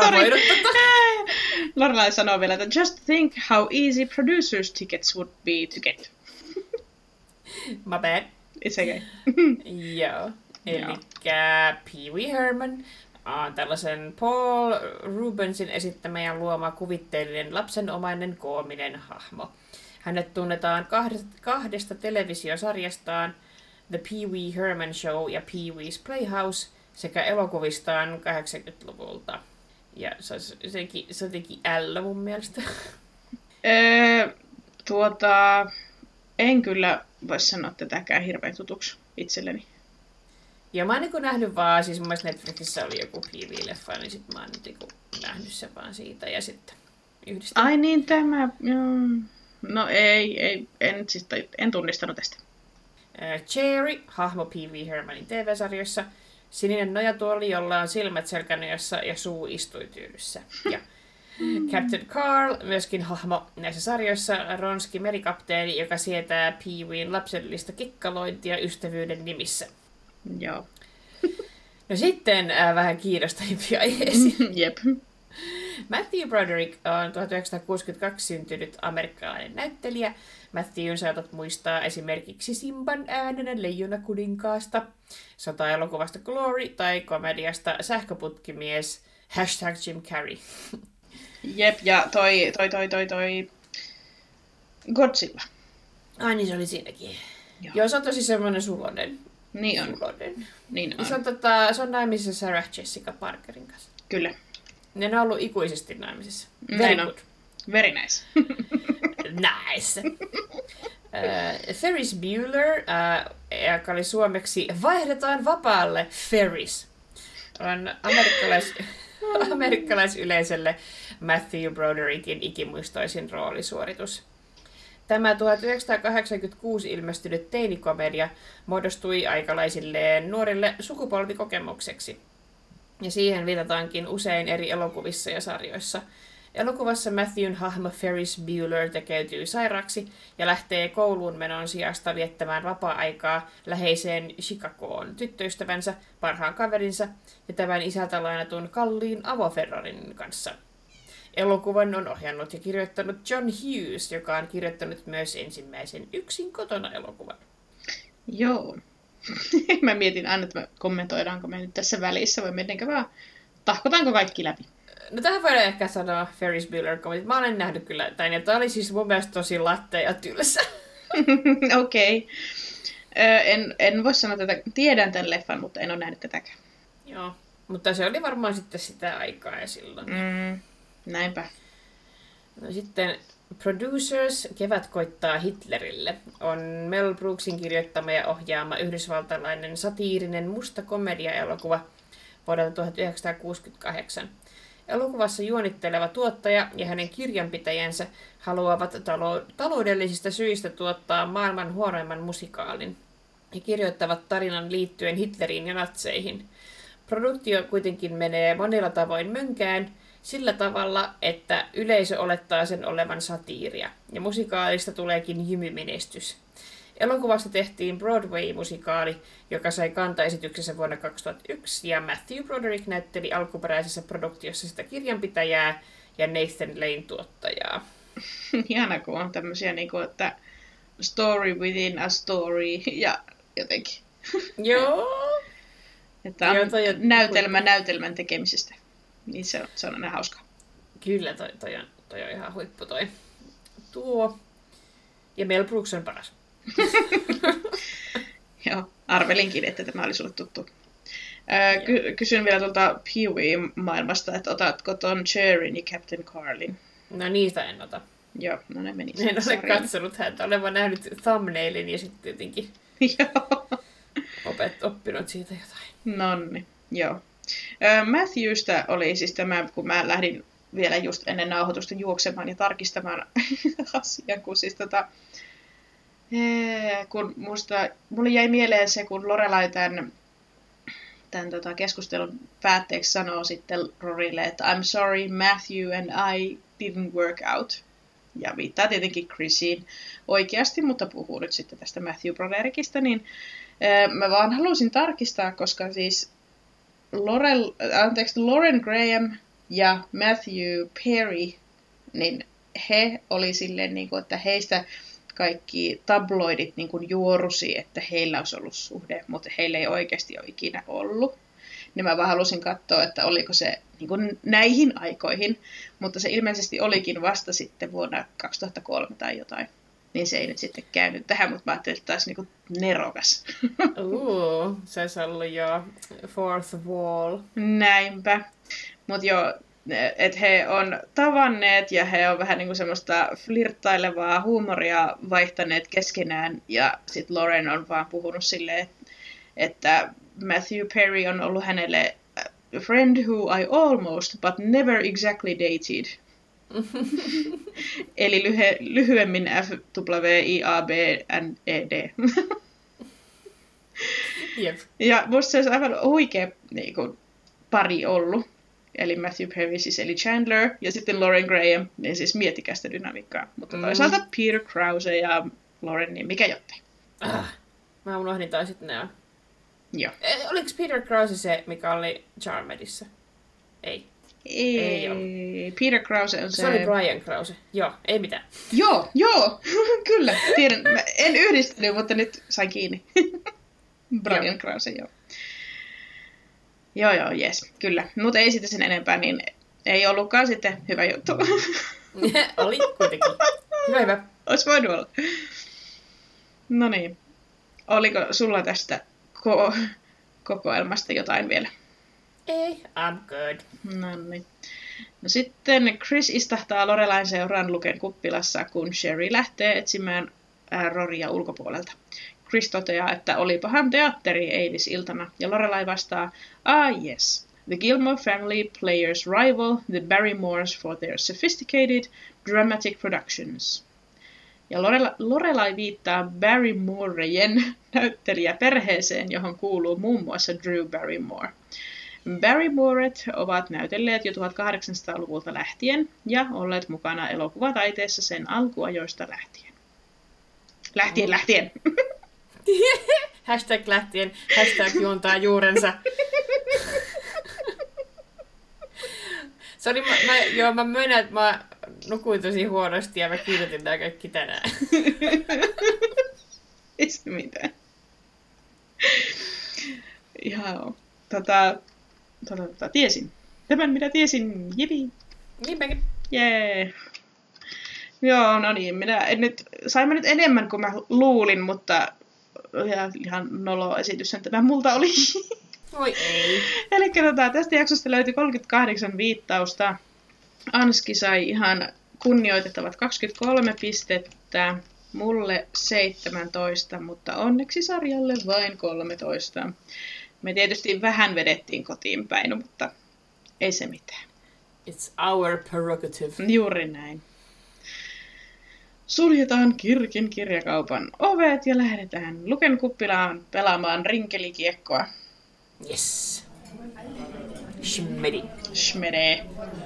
Lorelai sanoo vielä, että just think how easy producers' tickets would be to get.
My bad.
It's okay.
Joo. Elikkä Pee Wee Herman on tällaisen Paul Rubensin esittämä ja luoma kuvitteellinen lapsenomainen koominen hahmo. Hänet tunnetaan kahdesta televisiosarjastaan The Pee Wee Herman Show ja Pee Wee's Playhouse sekä elokuvistaan 80-luvulta. Ja se on jotenkin L mun mielestä.
En kyllä voi sanoa tätäkään hirveän tutuksi itselleni.
Ja mä oon niin nähnyt vaan, siis mun mielestä Netflixissä oli joku PV-leffa, niin sit mä oon niin nähnyt sen vaan siitä ja sitten yhdistänyt.
Ai niin, tämä... No ei, en tunnistanut tästä.
Cherry, hahmo Pee-wee Hermanin TV-sarjoissa, sininen nojatuoli, jolla on silmät selkänojassa ja suu istuintyydyssä. Ja Captain Carl, myöskin hahmo näissä sarjoissa, ronski merikapteeni, joka sietää Pee-ween lapsellista kikkalointia ystävyyden nimissä.
Joo.
No sitten vähän kiinnostavimpia aiheisiin.
Jep.
Matthew Broderick on 1962 syntynyt amerikkalainen näyttelijä. Matthewn saatat muistaa esimerkiksi Simban äänenen Leijona-kuninkaasta, sota-elokuvasta Glory tai komediasta Sähköputkimies #Jim Carrey.
Jep, ja toi Godzilla.
Ai niin, se oli siinäkin. Joo, se on tosi semmoinen sulonen.
Niin on. Niin on.
Se on naimisissa Sarah Jessica Parkerin kanssa.
Kyllä.
Ne on ollut ikuisesti naimisissa.
Very good. Very nice.
Nice. Ferris Bueller, joka oli suomeksi Vaihdetaan vapaalle Ferris, on amerikkalaisyleisölle Matthew Broderickin ikimuistoisin roolisuoritus. Tämä 1986 ilmestynyt teinikomedia muodostui aikalaisilleen nuorille sukupolvikokemukseksi. Ja siihen viitataankin usein eri elokuvissa ja sarjoissa. Elokuvassa Matthewn hahmo Ferris Bueller tekeytyy sairaaksi ja lähtee kouluun menon sijasta viettämään vapaa-aikaa läheiseen Chicagoon tyttöystävänsä, parhaan kaverinsa ja tämän isältä lainatun kalliin avoferrarin kanssa. Elokuvan on ohjannut ja kirjoittanut John Hughes, joka on kirjoittanut myös ensimmäisen Yksin kotona -elokuvan.
Joo. Mä mietin aina, että kommentoidaanko me nyt tässä välissä vai mennäänkö vaan, tahkotaanko kaikki läpi?
No tähän voidaan ehkä sanoa Ferris Bueller -kommentit. Mä olen nähnyt kyllä tämän, ja tämä oli siis mun mielestä tosi latte ja tylsä.
Okei. En voi sanoa tätä, tiedän tämän leffan, mutta en ole nähnyt tätäkään.
Joo, mutta se oli varmaan sitten sitä aikaa ja silloin.
Näinpä.
No sitten Producers, Kevät koittaa Hitlerille, on Mel Brooksin kirjoittama ja ohjaama yhdysvaltalainen satiirinen musta komedia-elokuva vuodelta 1968. Elokuvassa juonitteleva tuottaja ja hänen kirjanpitäjänsä haluavat taloudellisista syistä tuottaa maailman huonoimman musikaalin. He kirjoittavat tarinan liittyen Hitleriin ja natseihin. Produktio kuitenkin menee monilla tavoin mönkään sillä tavalla, että yleisö olettaa sen olevan satiiria, ja musikaalista tuleekin jymymenestys. Elokuvasta tehtiin Broadway-musikaali, joka sai kantaesityksessä vuonna 2001, ja Matthew Broderick näytteli alkuperäisessä produktiossa sitä kirjanpitäjää ja Nathan Lane tuottajaa.
Ihana, kun on tämmöisiä, että story within a story ja jotenkin.
Joo.
Että on näytelmän tekemisestä. Niin se on aina hauskaa.
Kyllä, toi on ihan huippu toi. Tuo. Ja Mel Brooks on paras.
Joo, arvelinkin, että tämä oli sulle tuttu. Kysyn vielä tuolta Pee-wee-maailmasta, että otatko ton Cherryn ja Captain Carlin?
No niistä en ota.
Joo, no ne meni.
En ole katsonut häntä, olen vaan nähnyt thumbnailin ja sitten tietenkin oppinut siitä jotain.
Nonni, joo. Matthewsta oli siis tämä, kun mä lähdin vielä just ennen nauhoitusta juoksemaan ja tarkistamaan asian, kun siis kun mulle jäi mieleen se, kun Lorelai tämän keskustelun päätteeksi sanoo sitten Rorylle, että I'm sorry, Matthew and I didn't work out. Ja viittaa tietenkin Chrisiin oikeasti, mutta puhuu nyt sitten tästä Matthew Broderickista, niin mä vaan halusin tarkistaa, koska siis Lauren Graham ja Matthew Perry, niin he oli silleen, että heistä kaikki tabloidit juorusi, että heillä olisi ollut suhde, mutta heillä ei oikeasti ole ikinä ollut. Niin mä vaan halusin katsoa, että oliko se näihin aikoihin, mutta se ilmeisesti olikin vasta sitten vuonna 2003 tai jotain. Niin se ei nyt sitten käynyt tähän, mutta mä ajattelin, että taas nerokas.
Se olisi ollut jo fourth wall.
Näinpä. Mutta joo, että he on tavanneet ja he on vähän niin kuin semmoista flirttailevaa huumoria vaihtaneet keskenään. Ja sitten Lauren on vaan puhunut silleen, että Matthew Perry on ollut hänelle a friend who I almost but never exactly dated. Eli lyhyemmin FWIABNED.
Jep.
Ja musta se olisi aivan huikea niin kuin, pari ollut. Eli Matthew Perry siis, eli Chandler, ja sitten Lauren Graham, niin siis miettikää sitä dynamiikkaa. Mutta toisaalta Peter Krause ja Lauren, niin mikä jottei.
Mä unohdin taas, että ne on.
Joo.
Oliko Peter Krause se, mikä oli Charmedissa? Ei. Ei ollut.
Peter Krause on se...
Se oli Brian Krause. Joo, ei mitään.
Joo, kyllä. Tiedän, mä en yhdistänyt, mutta nyt sain kiinni. Brian Krause, joo. Joo, jes, kyllä. Mutta ei sitten sen enempää, niin ei ollutkaan sitten hyvä juttu.
Oli kuitenkin. Hyvä.
Ois voinut olla. No niin. Oliko sulla tästä kokoelmasta jotain vielä?
Ei, I'm good.
No niin. No sitten Chris istahtaa Lorelain seuraan Luken kuppilassa, kun Sherry lähtee etsimään Roria ulkopuolelta. Chris toteaa, että olipahan teatteri eilisiltana, ja Lorelai vastaa, yes, the Gilmore family players rival the Barrymores for their sophisticated dramatic productions. Ja Lorelai viittaa Barrymorejen näyttelijäperheeseen, johon kuuluu muun muassa Drew Barrymore. Barrymoret ovat näytelleet jo 1800-luvulta lähtien ja olleet mukana elokuvataiteessa sen alkuajoista lähtien. Lähtien.
Hashtag lähtien, hashtag juontaa juurensa. Sori, mä myönnän, että mä nukuin tosi huonosti ja mä kirjoitin tää kaikki tänään.
Ei se mitään. Ihan tiesin. Tämän mitä tiesin, jipi.
Niinpäkin.
Jee. Joo, no niin, saimme nyt enemmän kuin mä luulin, mutta ihan nolo esitys tämä multa oli.
Oi ei.
Eli tästä jaksosta löytyi 38 viittausta. Anski sai ihan kunnioitettavat 23 pistettä, mulle 17, mutta onneksi sarjalle vain 13. Me tietysti vähän vedettiin kotiin päin, mutta ei se mitään.
It's our prerogative.
Juuri näin. Suljetaan Kirkin kirjakaupan ovet ja lähdetään Luken kuppilaan pelaamaan rinkelikiekkoa.
Yes. Schmedi.
Schmede.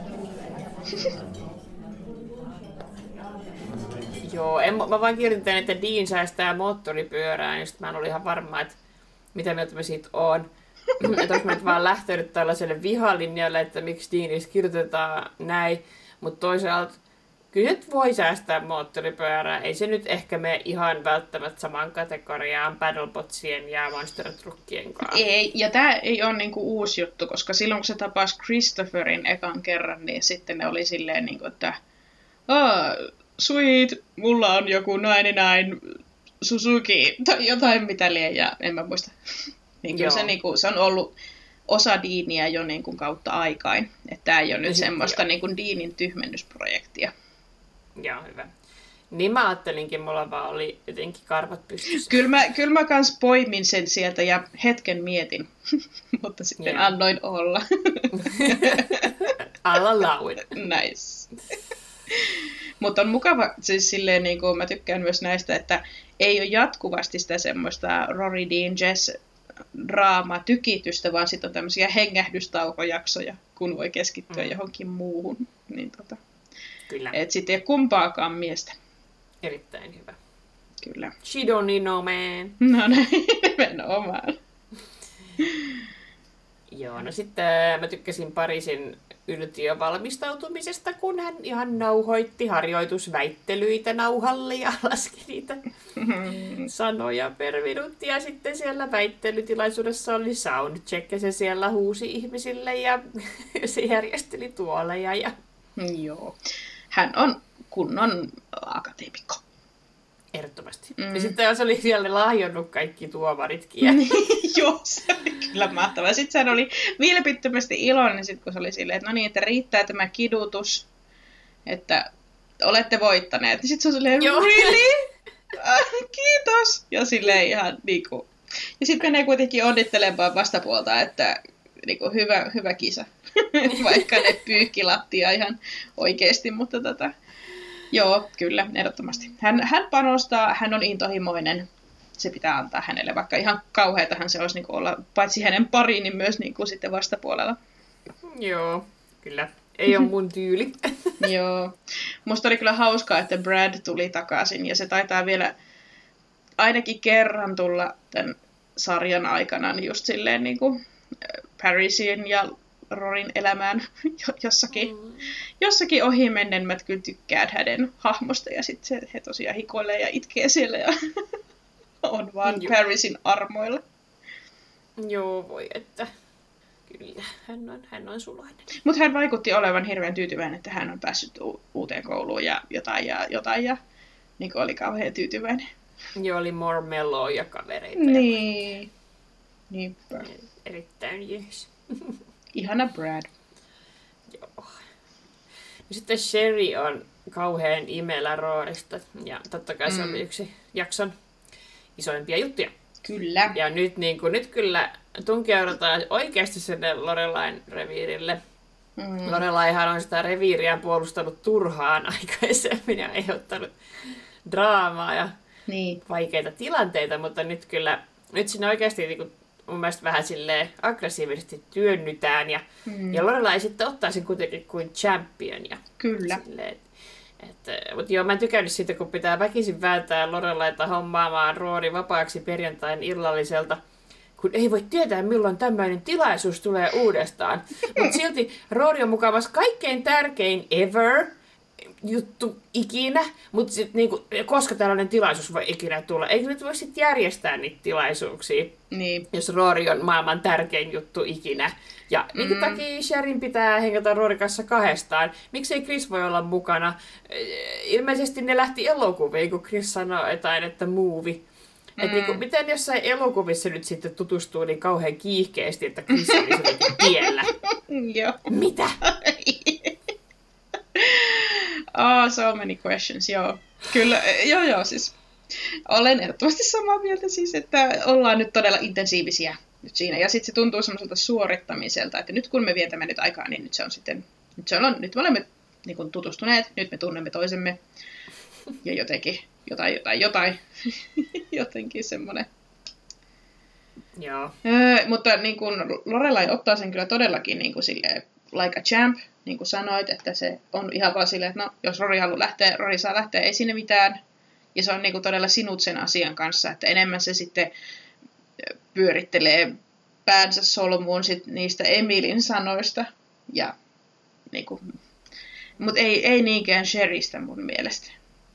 Joo, mä vaan kirjoitin, että Dean säästää moottoripyörää, niin mä en ole ihan varma, että mitä mieltä mä siitä oon. Että onko mä nyt vaan lähtenyt tällaiselle vihalinjalle, että miksi Deanissa kirjoitetaan näin, mutta toisaalta kyllä nyt voi säästää moottoripyörää. Ei se nyt ehkä mene ihan välttämättä saman kategoriaan Battlebotsien ja Monster Truckien kanssa.
Ei, ja tää ei ole niinku uusi juttu, koska silloin kun se tapasi Christopherin ekan kerran, niin sitten ne oli silleen, niinku, että sweet, mulla on joku 99 Suzuki tai jotain mitä liian, ja en mä muista. Niin se, niinku, se on ollut osa Deania jo niinku kautta aikain. Että tää ei ole nyt semmoista niinku Deanin tyhmennysprojektia.
Joo, hyvä. Niin mä ajattelinkin, mulla vaan oli jotenkin karvat pystyssä.
Kyllä mä kans poimin sen sieltä ja hetken mietin, mutta sitten annoin olla.
I'll allow it.
Nice. Mutta on mukava, siis silleen niin kuin mä tykkään myös näistä, että ei ole jatkuvasti sitä semmoista Rory Dean Jess draama-tykitystä, vaan sitten on tämmöisiä hengähdystaukojaksoja, kun voi keskittyä johonkin muuhun. Niin
Kyllä.
Et sitten ei ole kumpaakaan miestä.
Erittäin hyvä.
Kyllä.
She don't need no man.
No näin, nimenomaan.
Joo, no sitten mä tykkäsin Parisin yltiövalmistautumisesta, kun hän ihan nauhoitti harjoitusväittelyitä nauhalle ja laski niitä sanoja per minuutti. Ja sitten siellä väittelytilaisuudessa oli soundcheck ja se siellä huusi ihmisille ja se järjesteli tuoleja. Ja...
Joo. Hän on kunnon akateemikko.
Ehdottomasti. Ja sitten se oli vielä lahjonnut kaikki tuomaritkin.
Joo, se oli kyllä mahtavaa. Sitten se oli vilpittömästi iloinen, sit kun se oli silleen, että no niin, että riittää tämä kidutus, että olette voittaneet. Sitten se oli silleen, really? Kiitos! Ja silleen ihan niinku... Ja sitten menee kuitenkin onnittelemaan vastapuolta, että niinku, hyvä kisa. Vaikka ne pyyhki lattia ihan oikeesti, mutta joo, kyllä, ehdottomasti. Hän panostaa, hän on intohimoinen. Se pitää antaa hänelle, vaikka ihan kauheatahan se olisi niinku olla, paitsi hänen pari, niin myös niinku sitten vastapuolella.
Joo, kyllä. Ei ole mun tyyli.
Joo. Musta oli kyllä hauskaa, että Brad tuli takaisin, ja se taitaa vielä ainakin kerran tulla tämän sarjan aikana niin just silleen niin kuin Parisin ja Rorin elämään jossakin ohimennen. Mä kyllä tykkään hänen hahmosta, ja sitten he tosiaan hikoilee ja itkee siellä ja on vaan Parisin armoilla.
Joo, voi että. Kyllä, hän on sulainen.
Mutta hän vaikutti olevan hirveän tyytyväinen, että hän on päässyt uuteen kouluun ja jotain ja niin oli kauhean tyytyväinen.
Joo, oli more mellow ja kavereita.
Niin. Niinpä.
Erittäin jees.
Ihana Brad.
Joo. No sitten Sherry on kauhean imelä Roorista. Ja totta kai se oli yksi jakson isoimpia juttuja.
Kyllä.
Ja nyt kyllä tunkeudutaan oikeasti sinne Lorelain reviirille. Lorelaihan on sitä reviiriä puolustanut turhaan aikaisemmin ja aiheuttanut draamaa ja vaikeita tilanteita, mutta nyt siinä oikeasti niin kuin, mun mielestä vähän silleen aggressiivisesti työnnytään ja Lorelai sitten ottaa sen kuitenkin kuin champion. Ja
kyllä.
Silleen, mutta joo, mä en tykännyt siitä, kun pitää väkisin vääntää Lorelaita hommaamaan Roori vapaaksi perjantain illalliselta, kun ei voi tietää, milloin tämmöinen tilaisuus tulee uudestaan. Mutta silti Roori on mukamas kaikkein tärkein ever juttu ikinä, mutta sitten niinku, koska tällainen tilaisuus voi ikinä tulla, eikö nyt voi sitten järjestää niitä tilaisuuksia, jos Roori on maailman tärkein juttu ikinä. Ja minkä takia Sherin pitää hengata Roorin kanssa kahdestaan? Miksei Chris voi olla mukana? Ilmeisesti ne lähti elokuviin, kun Chris sanoi jotain, että movie. Että niinku, miten jossain elokuvissa nyt sitten tutustuu niin kauhean kiihkeästi, että Chris oli jotenkin tiellä?
Joo.
Mitä?
So many questions, joo. Kyllä, joo, siis olen ehdottomasti samaa mieltä siis, että ollaan nyt todella intensiivisiä nyt siinä. Ja sitten se tuntuu semmoiselta suorittamiselta, että nyt kun me vietämme nyt aikaa, niin nyt se on sitten, nyt me olemme niin kuin tutustuneet, nyt me tunnemme toisemme. Ja jotenkin, jotain, jotenkin semmoinen.
Joo.
Mutta niin kuin Lorelai ottaa sen kyllä todellakin niin kuin silleen, like a champ, niin kuin sanoit, että se on ihan vaan silleen, että no, jos Rory haluaa lähteä, Rory saa lähteä, ei sinne mitään. Ja se on niin kuin todella sinut sen asian kanssa, että enemmän se sitten pyörittelee päänsä solmuun sit niistä Emilin sanoista. Ja, niin kuin, mutta ei niinkään Sherrystä mun mielestä.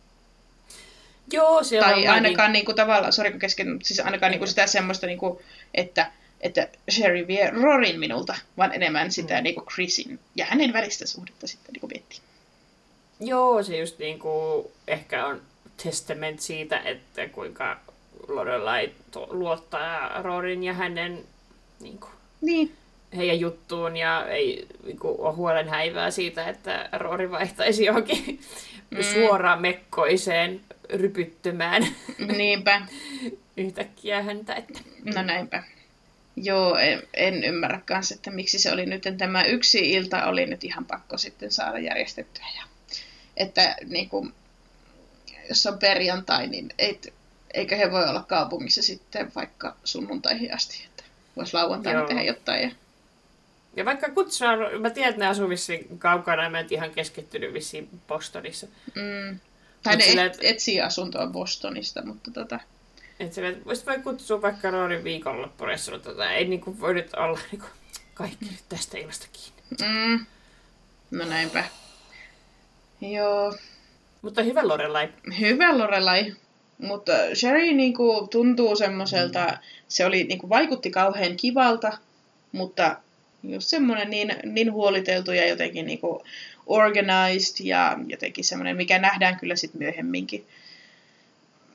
Joo, se on
tai ainakaan niinku tavallaan, sori kun kesken, mutta siis ainakaan niinku sitä semmoista, niinku, että Sherry vie Rorin minulta, vaan enemmän sitä niinku Chrisin ja hänen välistä suhdetta sitten niinku miettii.
Joo, se just niinku ehkä on testament siitä, että kuinka Lorelai luottaa Rorin ja hänen niinku, heidän juttuun ja ei niinku, ole huolen häivää siitä, että Rory vaihtaisi johonkin suoramekkoiseen rypyttömään.
Niinpä.
Yhtäkkiä häntä. Että...
No näinpä. Joo, en ymmärrä kanssa, että miksi se oli nyt, tämä yksi ilta oli nyt ihan pakko sitten saada järjestettyä. Ja, että niin kuin, jos on perjantai, niin eikö he voi olla kaupungissa sitten vaikka sunnuntaihin asti, että voisi lauantaina tehdä jotain.
Ja vaikka kutsua, mä tiedän, että ne asuu vissiin kaukana, ja mä en ihan keskittynyt vissiin Bostonissa.
Tai ne etsii asuntoa Bostonista, mutta
Että sillä, voi kutsua vaikka Roorin viikonloppureissulla, ei niinku voi nyt olla niinku kaikki nyt tästä illasta kiinni.
No näinpä. Joo.
Mutta hyvä Lorelai.
Hyvä Lorelai. Mutta Sherry niinku tuntuu semmoiselta, se oli niinku vaikutti kauhean kivalta, mutta just semmoinen niin huoliteltu ja jotenkin niinku organized ja jotenkin semmoinen, mikä nähdään kyllä sitten myöhemminkin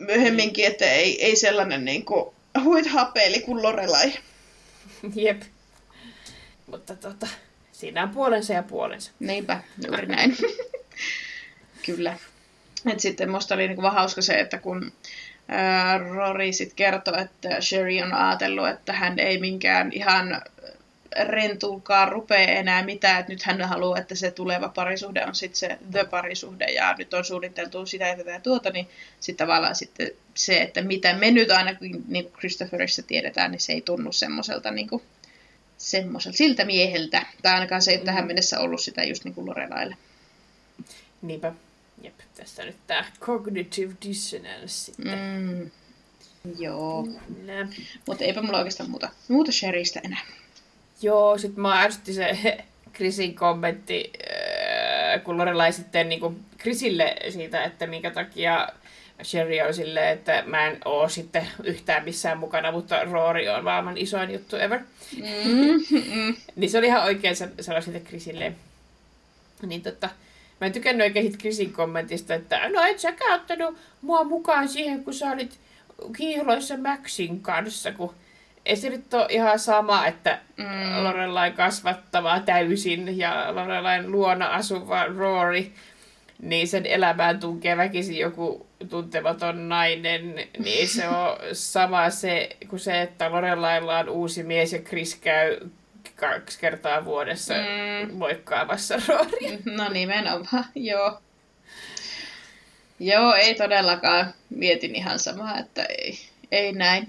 myöhemminkin, että ei sellainen niinku huithapeeli kuin Lorelai.
Jep. Mutta siinä on puolensa ja puolensa.
Niinpä, juuri näin. Kyllä. Et sitten musta oli niinku vaan hauska se, että kun Rory sit kertoi, että Sherry on ajatellut, että hän ei minkään ihan rentulkaan rupea enää mitään, että nyt hän haluaa, että se tuleva parisuhde on sitten se the-parisuhde ja nyt on suunniteltu sitä ja tätä ja tuota, niin sitten tavallaan sitten se, että mitä me nyt ainakin niin Christopherissa tiedetään, niin se ei tunnu semmoiselta niin siltä mieheltä. Tai ainakaan se ei ole tähän mennessä ollut sitä just niin kuin Lorelaille.
Niinpä. Jep, tässä on nyt tää cognitive dissonance sitten.
Joo. Mutta eipä mulla oikeastaan muuta Sherrystä enää.
Joo, sit mä ärsytti se Chrisin kommentti, kun Lorelai sitten niinku Chrisille siitä, että minkä takia Sherry on silleen, että mä en oo sitten yhtään missään mukana, mutta Rory on maailman isoin juttu ever. Niin se oli ihan oikein sanoa siitä Chrisille. Niin mä en tykännyt oikein siitä Chrisin kommentista, että no et säkään ottanut mua mukaan siihen, kun sä olit kiihloissa Maxin kanssa, kun ei se nyt ole ihan sama, että Lorelain kasvattava täysin ja Lorelain luona asuva Rory, niin sen elämään tunkee väkisin joku tuntematon nainen, niin se on sama se, kuin se, että Lorelailla on uusi mies ja Chris käy 2 kertaa vuodessa moikkaamassa Rorya.
No nimenomaan, joo. Joo, ei todellakaan. Mietin ihan samaa, että ei näin.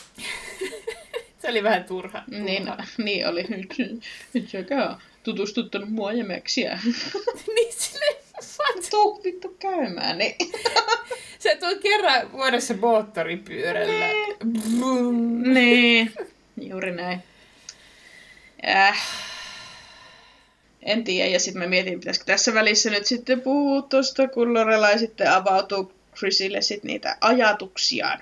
Se oli vähän turha.
Niin oli. Nyt sekä tutustuttanut mua ja Maxia.
Niin silleen,
tuu vittu käymään. Niin.
Se tuo kerran vuodessa moottoripyörällä.
Niin, juuri näin. En tiedä, ja sitten mä mietin, pitäisikö tässä välissä nyt sitten puhua tuosta, kun Lorelai sitten avautuu Chrisille sit niitä ajatuksiaan.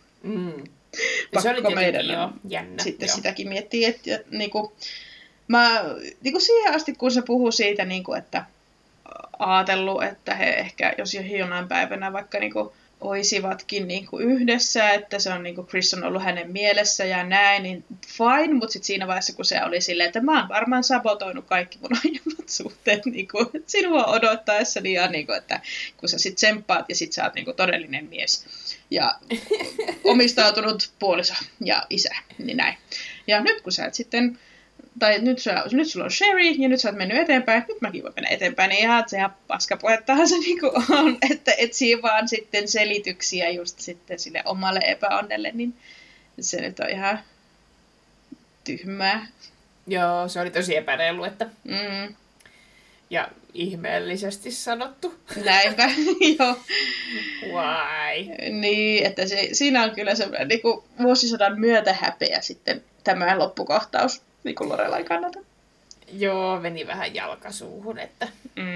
Se oli
meidän
joo, jännä.
Sitten sitäkin miettii, että niinku, mä niinku siihen asti, kun se puhuu siitä, niinku, että ajatellut, että he ehkä, jos jonain päivänä vaikka niinku oisivatkin niinku yhdessä, että se on niinku Chris on ollut hänen mielessä ja näin, niin fine, mutta sitten siinä vaiheessa, kun se oli silleen, että mä oon varmaan sabotoinut kaikki mun aiemmat suhteet niinku, sinua odottaessani ja niinku, että kun sä sit tsemppaat ja sit sä oot niinku todellinen mies ja omistautunut puoliso ja isä, niin näin. Ja nyt kun sä et sitten tai nyt sulla on Sherry, ja nyt sä oot mennyt eteenpäin, nyt mäkin voin mennä eteenpäin, niin ihan paskapuhettahan se niinku on, että etsii vaan sitten selityksiä just sitten sille omalle epäonnelle, niin se nyt on ihan tyhmää.
Joo, se oli tosi epäreilu, että ja ihmeellisesti sanottu.
Näinpä, joo.
Why?
Niin, että siinä on kyllä semmoinen niinku vuosisadan myötähäpeä sitten tämä loppukohtaus. Niin kuin Lorelai kannata.
Joo, meni vähän jalkasuuhun, että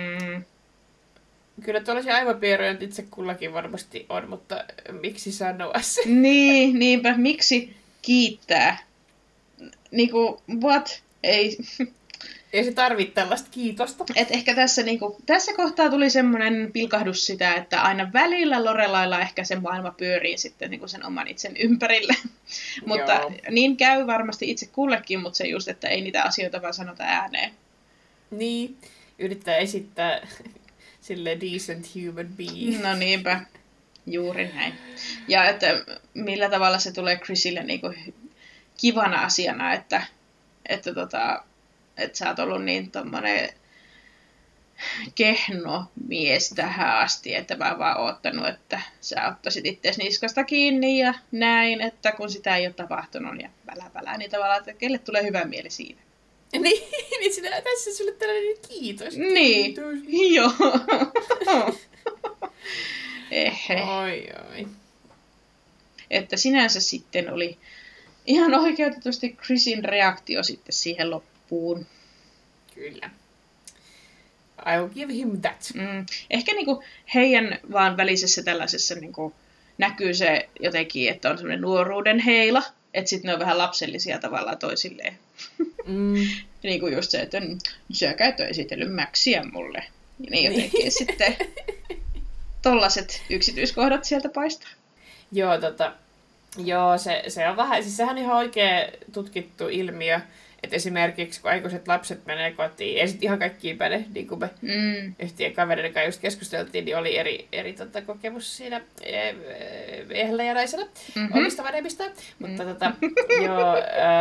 kyllä tuollaisia aivopiiroja itse kullakin varmasti on, mutta miksi sanoa se?
Niin, niinpä, miksi kiittää? Niinku, what?
Ei se tarvitse tällaista kiitosta.
Et ehkä tässä kohtaa tuli semmoinen pilkahdus sitä, että aina välillä Lorelailla ehkä se maailma pyörii sitten niinku sen oman itsen ympärille. Mutta niin käy varmasti itse kullekin, mutta se just, että ei niitä asioita vaan sanota ääneen.
Niin, yrittää esittää sille decent human being.
No niinpä, juuri näin. Ja että millä tavalla se tulee Chrisille niinku kivana asiana, että sä oot ollut niin tommonen kehno mies tähän asti, että mä oon vaan oottanut, että sä ottaisit itseäsi niskasta kiinni ja näin, että kun sitä ei ole tapahtunut ja välää, niin tavallaan, että kelle tulee hyvä mieli siinä.
Niin sinä, tässä sulle tällainen kiitos.
Niin, joo.
Oi.
Että sinänsä sitten oli ihan oikeutetusti Chrisin reaktio sitten siihen loppuun.
Kyllä. I will give him that.
Ehkä niinku heidän vaan välisessä tällaisessa niinku näkyy se jotenkin, että on semmoinen nuoruuden heila, että sitten ne on vähän lapsellisia tavallaan toisilleen. Niinku just se, että sä käyt esitellyt Maxia mulle. Ja niin jotenkin sitten tollaset yksityiskohdat sieltä paistaa.
Joo, se on vähän, siis sehän on ihan oikea tutkittu ilmiö, että esimerkiksi kun aikuiset lapset menee kotiin, ei sitten ihan kaikkiin päde, niin kuin me yhtien kavereiden kanssa just keskusteltiin, niin oli eri kokemus siinä miehellä ja naisella omista vanhemmista. Mutta joo,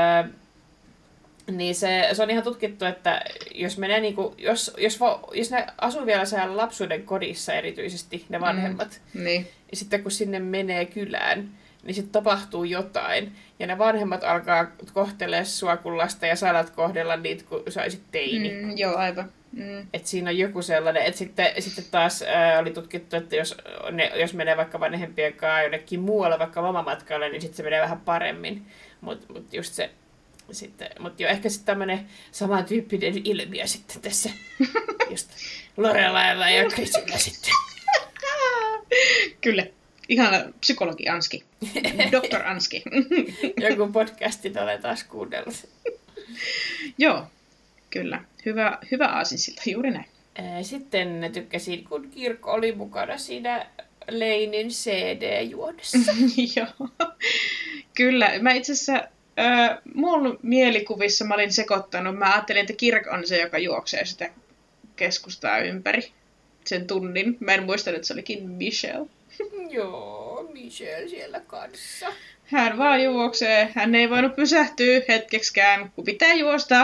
niin se on ihan tutkittu, että jos menee niinku, jos ne asuu vielä siellä lapsuuden kodissa erityisesti, ne vanhemmat,
Niin.
ja sitten kun sinne menee kylään, niin sitten tapahtuu jotain. Ja ne vanhemmat alkaa kohtelemaan sua kun lasta ja saat kohdella niitä, kun sä olisit teini.
Joo, aivan.
Et siinä on joku sellainen. Et sitten taas oli tutkittu, että jos menee vaikka vanhempien kanssa jonnekin muualle, vaikka lomamatkalle, niin sitten se menee vähän paremmin. Mut just se sitten. Mut jo ehkä sitten tämmöinen samantyyppinen ilmiö sitten tässä just Lorelailla ja Chrisillä sitten.
Kyllä. Ihana psykologi Anski. Dr. Anski.
Joku podcastin olen taas kuunnellut.
Joo, kyllä. Hyvä aasinsilta, juuri näin.
Sitten tykkäsin, kun Kirk oli mukana siinä Lanein CD-juonessa.
Joo. Kyllä. Mä itse asiassa mun mielikuvissa mä olin sekoittanut. Mä ajattelin, että Kirk on se, joka juoksee sitä keskustaa ympäri sen tunnin. Mä en muistanut, että se olikin Michelle.
Joo, Michelle siellä kanssa.
Hän vaan juoksee. Hän ei voinut pysähtyä hetkeksikään, kun pitää juosta.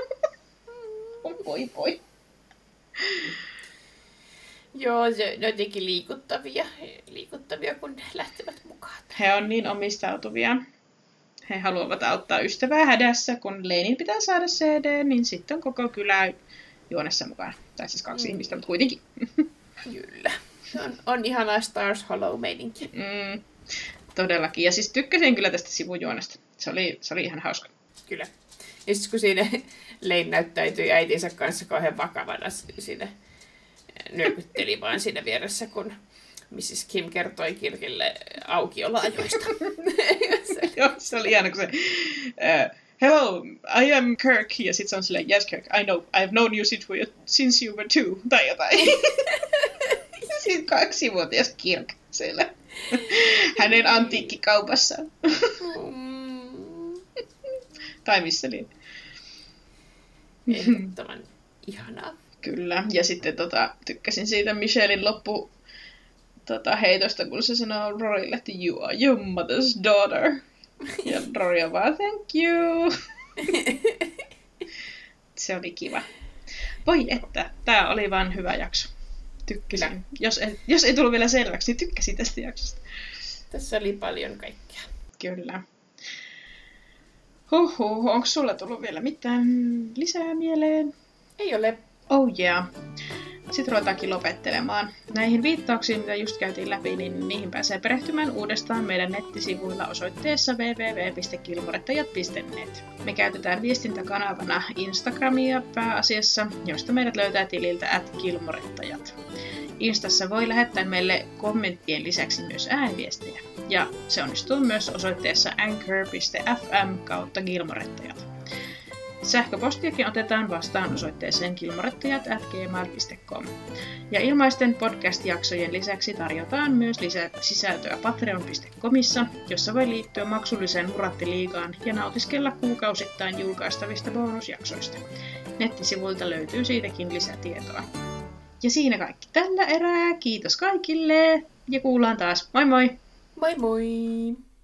Voi.
Joo, ne on jotenkin liikuttavia, kun ne lähtevät mukaan.
He on niin omistautuviä. He haluavat auttaa ystävää hädässä. Kun Lanein pitää saada CD, niin sitten on koko kylä juonessa mukana. Tai siis 2 ihmistä, mutta kuitenkin.
Kyllä. On ihanaa Stars Hollow-meininki.
Todellakin. Ja siis tykkäsin kyllä tästä sivujuonesta. Se oli ihan hauska.
Kyllä. Ja sitten kun siinä Lane näyttäytyi äitinsä kanssa kauhean vakavana, siinä nyökytteli vaan siinä vieressä, kun Mrs. Kim kertoi Kirkille aukioloajoista.
Joo, se oli ihana, kun se hello, I am Kirk. Ja sit se on silleen, yes Kirk, I know, I've known you since you were 2. Tai jotain. Sitten 2-vuotias Kirk siellä hänen antiikkikaupassa. Tai missä niin.
Ehdottoman ihanaa.
Kyllä. Ja sitten tykkäsin siitä Michellein loppu heitosta, kun se sanoo Rorylle, että you are your mother's daughter. Ja Rory on vaan, thank you. Se oli kiva. Voi että, tää oli vaan hyvä jakso. Tykkäsin. Kyllä. Jos ei tullut vielä selväksi, niin tykkäsin tästä jaksosta.
Tässä oli paljon kaikkea.
Kyllä. Onko sulla tullut vielä mitään lisää mieleen?
Ei ole.
Oh yeah. Sitten ruvetaankin lopettelemaan. Näihin viittauksiin, mitä just käytiin läpi, niin niihin pääsee perehtymään uudestaan meidän nettisivuilla osoitteessa www.kilmorettajat.net. Me käytetään viestintäkanavana Instagramia pääasiassa, josta meidät löytää tililtä @kilmorettajat. Instassa voi lähettää meille kommenttien lisäksi myös ääniviestejä. Ja se onnistuu myös osoitteessa anchor.fm/kilmorettajat. Sähköpostiakin otetaan vastaan osoitteeseen kilmorettajat@gmail.com. Ja ilmaisten podcast-jaksojen lisäksi tarjotaan myös lisäsisältöä patreon.comissa, jossa voi liittyä maksulliseen Hurratti-liigaan ja nautiskella kuukausittain julkaistavista bonusjaksoista. Nettisivuilta löytyy siitäkin lisätietoa. Ja siinä kaikki tällä erää. Kiitos kaikille ja kuullaan taas. Moi moi!
Moi moi!